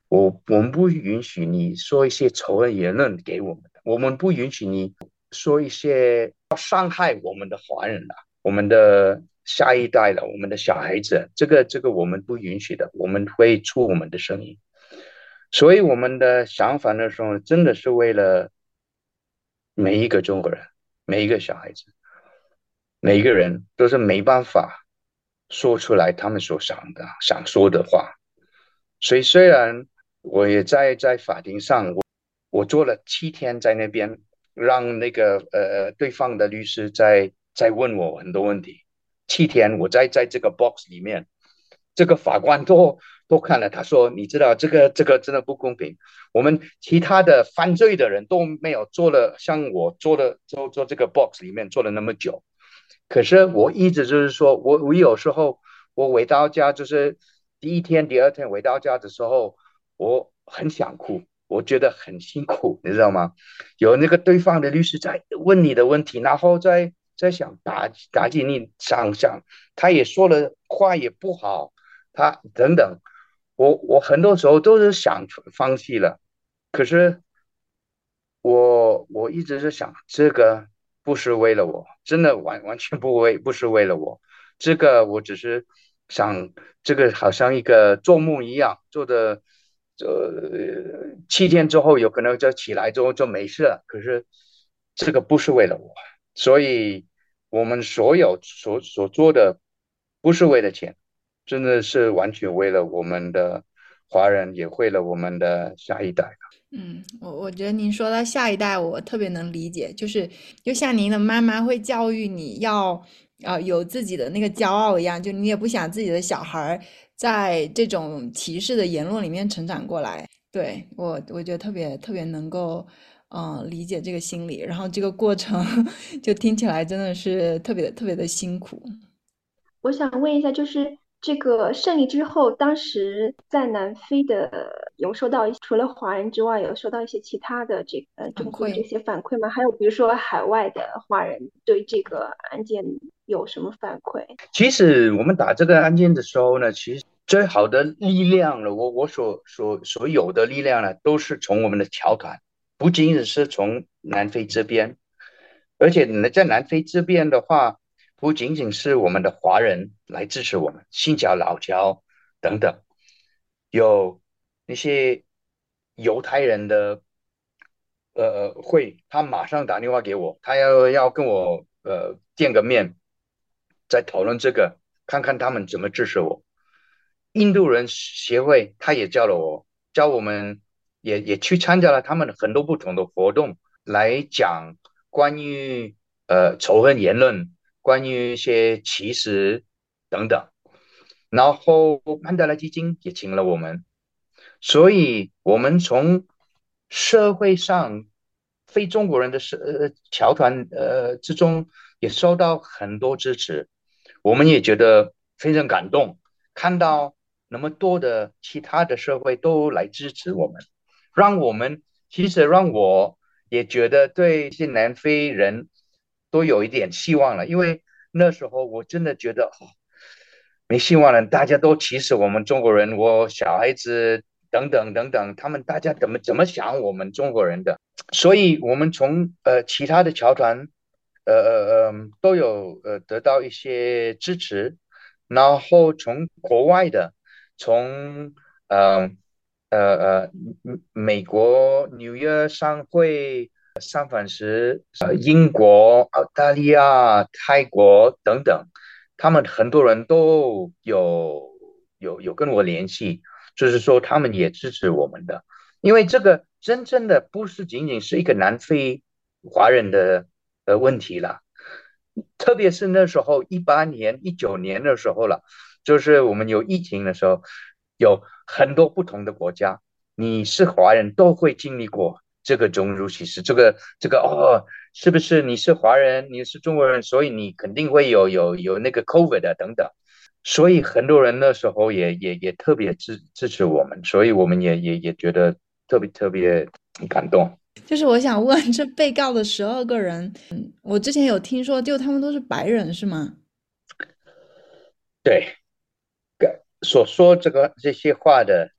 我我们不允许你说一些仇恨言论给我们的，我们不允许你说一些要伤害我们的华人的，我们的下一代了，我们的小孩子，这个这个我们不允许的，我们会出我们的声音。所以我们的想法的时候，真的是为了每一个中国人，每一个小孩子，每一个人都是没办法说出来他们所想的、想说的话。所以虽然我也在在法庭上，我我做了七天在那边，让那个呃对方的律师在在问我很多问题。七天我在在这个 box 里面，这个法官都都看了，他说：“你知道这个这个真的不公平。我们其他的犯罪的人都没有做了，像我做了做做这个 box 里面做了那么久。可是我一直就是说，我我有时候我回到家，就是第一天、第二天回到家的时候，我很想哭，我觉得很辛苦，你知道吗？有那个对方的律师在问你的问题，然后在在想打打击你，想想他也说了话也不好，他等等，我我很多时候都是想放弃了，可是我我一直是想，这个不是为了我，真的完完全不为不是为了我，这个我只是想，这个好像一个做梦一样，做的，呃，七天之后有可能就起来之后就没事了，可是这个不是为了我，所以我们所有所所做的不是为了钱，真的是完全为了我们的华人，也为了我们的下一代。 嗯，我我觉得您说到下一代，我特别能理解，就是就像您的妈妈会教育你要呃有自己的那个骄傲一样，就你也不想自己的小孩儿在这种歧视的言论里面成长过来。对，我我觉得特别特别能够嗯、呃理解这个心理，然后这个过程就听起来真的是特别特别的辛苦。 我想问一下，就是这个胜利之后，当时在南非的有收到一除了华人之外，有收到一些其他的这个呃反馈。 种族的这些反馈吗？还有比如说海外的华人对这个案件有什么反馈？ 其实我们打这个案件的时候呢，其实最好的力量了，我我所所所有的力量呢，都是从我们的侨团，不仅仅是从南非这边，而且呢，在南非这边的话，不仅仅是我们的华人来支持我们，新侨、老侨等等，有那些犹太人的呃会，他马上打电话给我，他要要跟我呃见个面，再讨论这个，看看他们怎么支持我。印度人协会他也叫了我，教我们也也去参加了他们很多不同的活动，来讲关于呃仇恨言论，关于一些歧视等等。然后曼德拉基金也请了我们，所以我们从社会上非中国人的社呃侨团呃之中也收到很多支持，我们也觉得非常感动，看到那么多的其他的社会都来支持我们，让我们其实让我也觉得对这些南非人都有一点希望了，因为那时候我真的觉得哦没希望了，大家都歧视我们中国人，我小孩子等等等等，他们大家怎么怎么想我们中国人的？所以我们从呃其他的侨团，呃呃呃都有呃得到一些支持，然后从国外的，从呃呃呃美国纽约商会、三藩市、呃英国、澳大利亚、泰国等等。他们很多人都有有有跟我联系，就是说他们也支持我们的，因为这个真正的不是仅仅是一个南非华人的呃问题了，特别是那时候一八年、一九年的时候了，就是我们有疫情的时候，有很多不同的国家，你是华人都会经历过这个种族歧视，这个这个哦，是不是你是华人，你是中国人，所以你肯定会有有有那个 COVID 的等等，所以很多人那时候也也也特别支支持我们，所以我们也也也觉得特别特别感动。 就是我想问，这被告的十二个人，嗯，我之前有听说，就他们都是白人，是吗？ 对，所说这个这些话的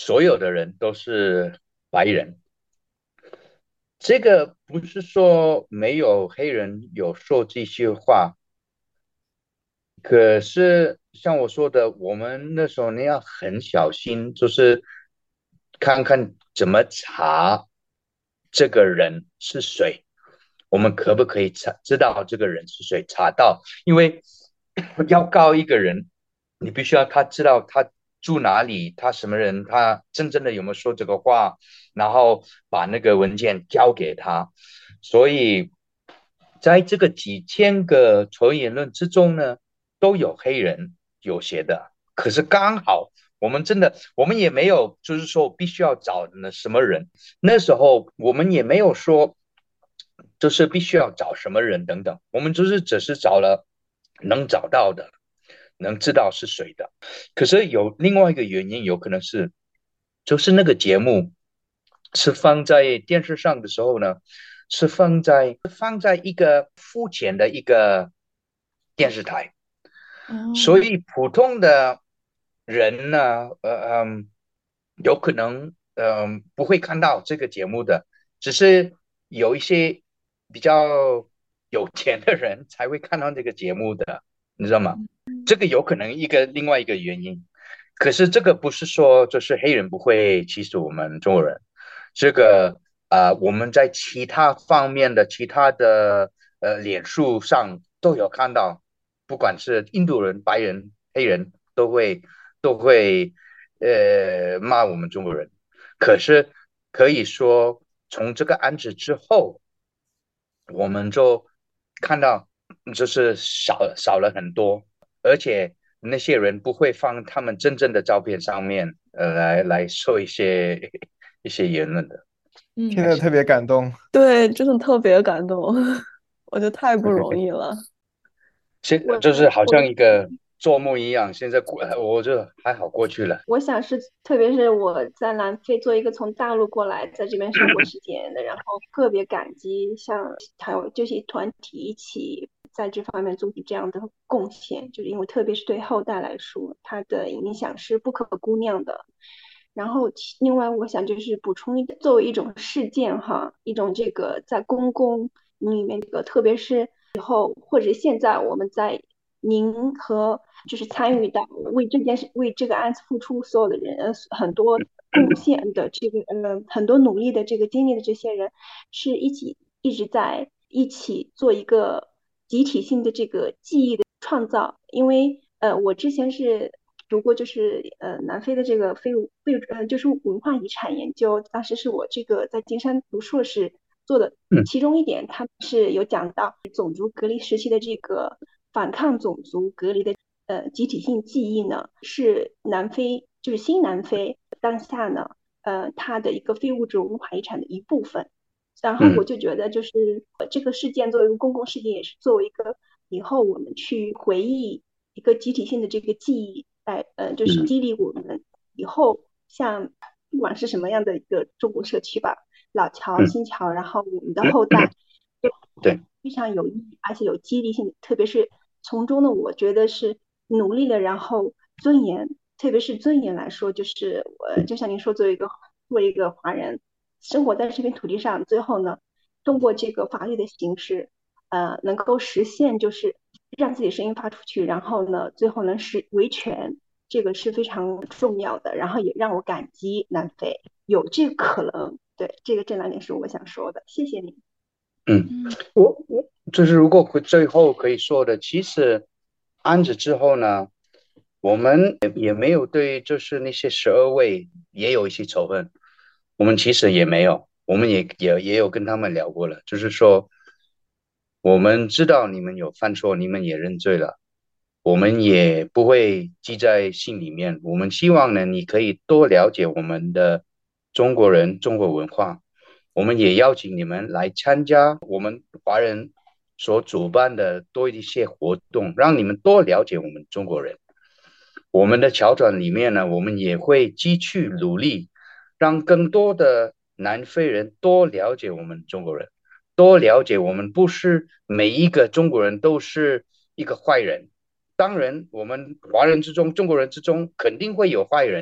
所有的人都是白人。这个不是说没有黑人有说这些话，可是像我说的，我们那时候你要很小心，就是看看怎么查这个人是谁，我们可不可以查知道这个人是谁？查到，因为要告一个人，你必须要他知道他住哪里，他什么人，他真正的有没有说这个话，然后把那个文件交给他。所以在这个几千个仇言论之中呢，都有黑人有写的，可是刚好我们真的，我们也没有就是说必须要找那什么人，那时候我们也没有说就是必须要找什么人等等，我们就是只是找了能找到的，能知道是谁的。可是有另外一个原因，有可能是就是那个节目是放在电视上的时候呢，是放在放在一个付钱的一个电视台。所哦， 以普通的人呢，呃嗯，有可能嗯不会看到这个节目的，只是有一些比较有钱的人才会看到这个节目的，你知道吗？这个有可能一个另外一个原因。可是这个不是说就是黑人不会歧视我们中国人，这个啊、呃我们在其他方面的其他的呃脸书上都有看到，不管是印度人、白人、黑人，都会都会呃骂我们中国人。可是可以说，从这个案子之后，我们就看到就是少少了很多，而且那些人不会放他们真正的照片上面，呃，来来说一些一些言论的。 嗯还是听着特别感动。 对，真的特别感动，我觉得太不容易了。 现我就是好我像一个做梦一样，现在过我就还好过去了。 我想是，特别是我在南非做一个从大陆过来，在这边生活十几年的，然后特别感激像还有这些团体一起在这方面做出这样的贡献，就是因为特别是对后代来说，它的影响是不可估量的。然后其另外我想就是补充一点，作为一种事件哈，一种这个在公共里面这个，特别是以后或者现在我们在您和就是参与到为这件事为这个案子付出所有的人，呃很多贡献的这个呃很多努力的这个经历的这些人，是一起一直在一起做一个集体性的这个记忆的创造。因为呃我之前是读过就是呃南非的这个非物非物呃就是文化遗产研究，当时是我这个在金山读硕士做的。 嗯其中一点，他们是有讲到种族隔离时期的这个反抗种族隔离的呃集体性记忆呢，是南非就是新南非当下呢呃它的一个非物质文化遗产的一部分。然后我嗯就觉得就是呃这个事件作为一个公共事件，也是作为一个以后我们去回忆一个集体性的这个记忆，来呃就是嗯激励我们以后像不管是什么样的一个中国社区吧。老乔、 嗯新乔，然后我们的后代， 对， 非常有意义，而且有激励性，特别是从中呢，我觉得是努力了，然后尊严，特别是尊严来说，就是我就像您说，作为一个作为一个华人，生活在这片土地上，最后呢，通过这个法律的形式，呃，能够实现就是让自己声音发出去，然后呢，最后能实维权，这个是非常重要的，然后也让我感激南非有这个可能。对，这个这两点是我想说的，谢谢你。 嗯， 嗯我我就是如果最后可以说的，其实案子之后呢，我们也也没有对就是那些十二位也有一些仇恨，我们其实也没有，我们也也也有跟他们聊过了，就是说我们知道你们有犯错，你们也认罪了，我们也不会记在心里面。我们希望呢，你可以多了解我们的中国人、中国文化。我们也邀请你们来参加我们华人所主办的多一些活动，让你们多了解我们中国人。我们的侨团里面呢，我们也会继续努力，让更多的南非人多了解我们中国人。多了解我们不是每一个中国人都是一个坏人，当然我们华人之中、中国人之中肯定会有坏人的，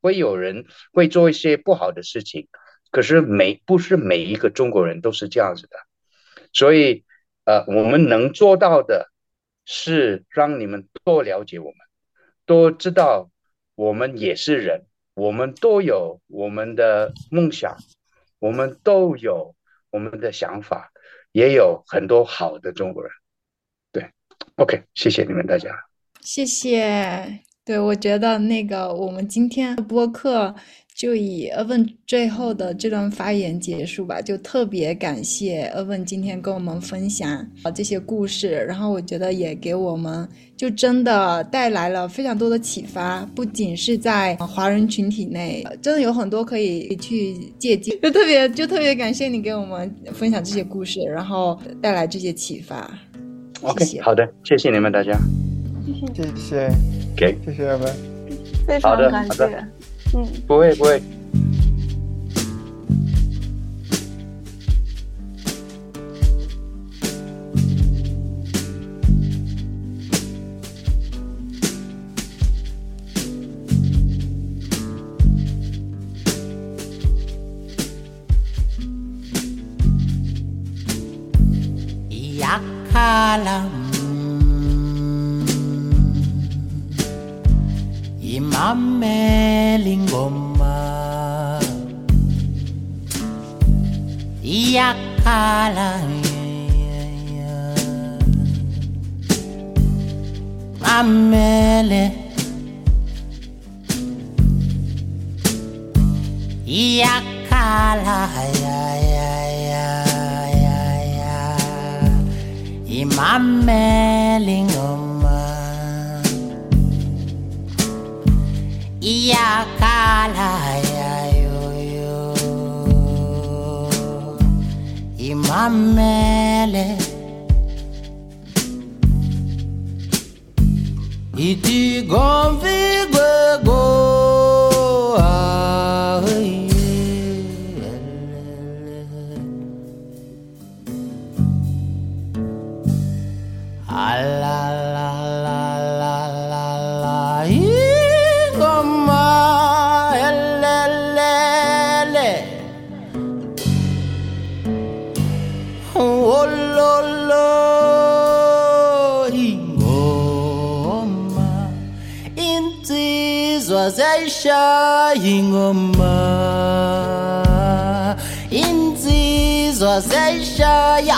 会有人会做一些不好的事情，可是每不是每一个中国人都是这样子的，所以呃，我们能做到的是让你们多了解我们，多知道我们也是人，我们都有我们的梦想，我们都有我们的想法，也有很多好的中国人。对 OK， 谢谢你们大家。 谢谢。对，我觉得那个我们今天的播客就以阿文最后的这段发言结束吧，就特别感谢阿文今天跟我们分享这些故事，然后我觉得也给我们就真的带来了非常多的启发，不仅是在华人群体内，真的有很多可以去借鉴，就特别就特别感谢你给我们分享这些故事，然后带来这些启发。 OK， 谢谢。 好的，谢谢你们大家。 谢谢， OK， 谢谢阿文， 非常感谢。嗯， 不会不会。 Yakala imameli ngoma iyakhala mamele iyakhala ya ya ya ya ya imameli ngoma iyakhala ya yo yo imamele iti gomvi gwego ala la la la la la ingoma elelele oh lo lo ingoma insizwa zayishaya ingoma insizwa zayishaya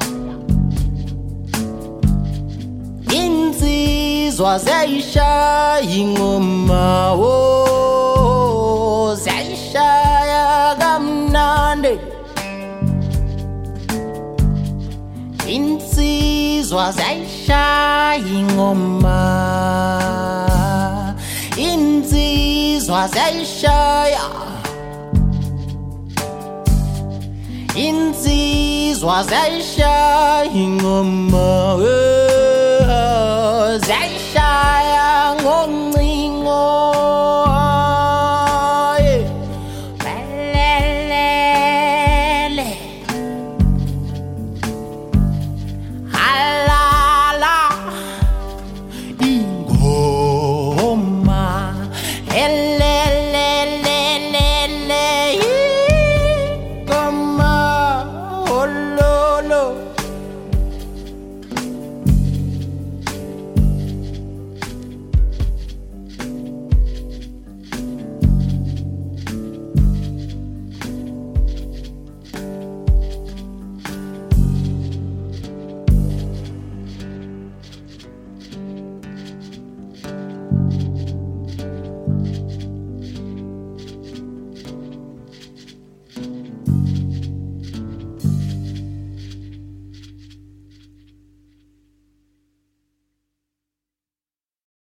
insizwa zayishaya ingoma oh zayishaya kamnandi insizwa zayishaya ingoma insizwa zayishaya insizwa zayishaya ingoma oh, zayishaya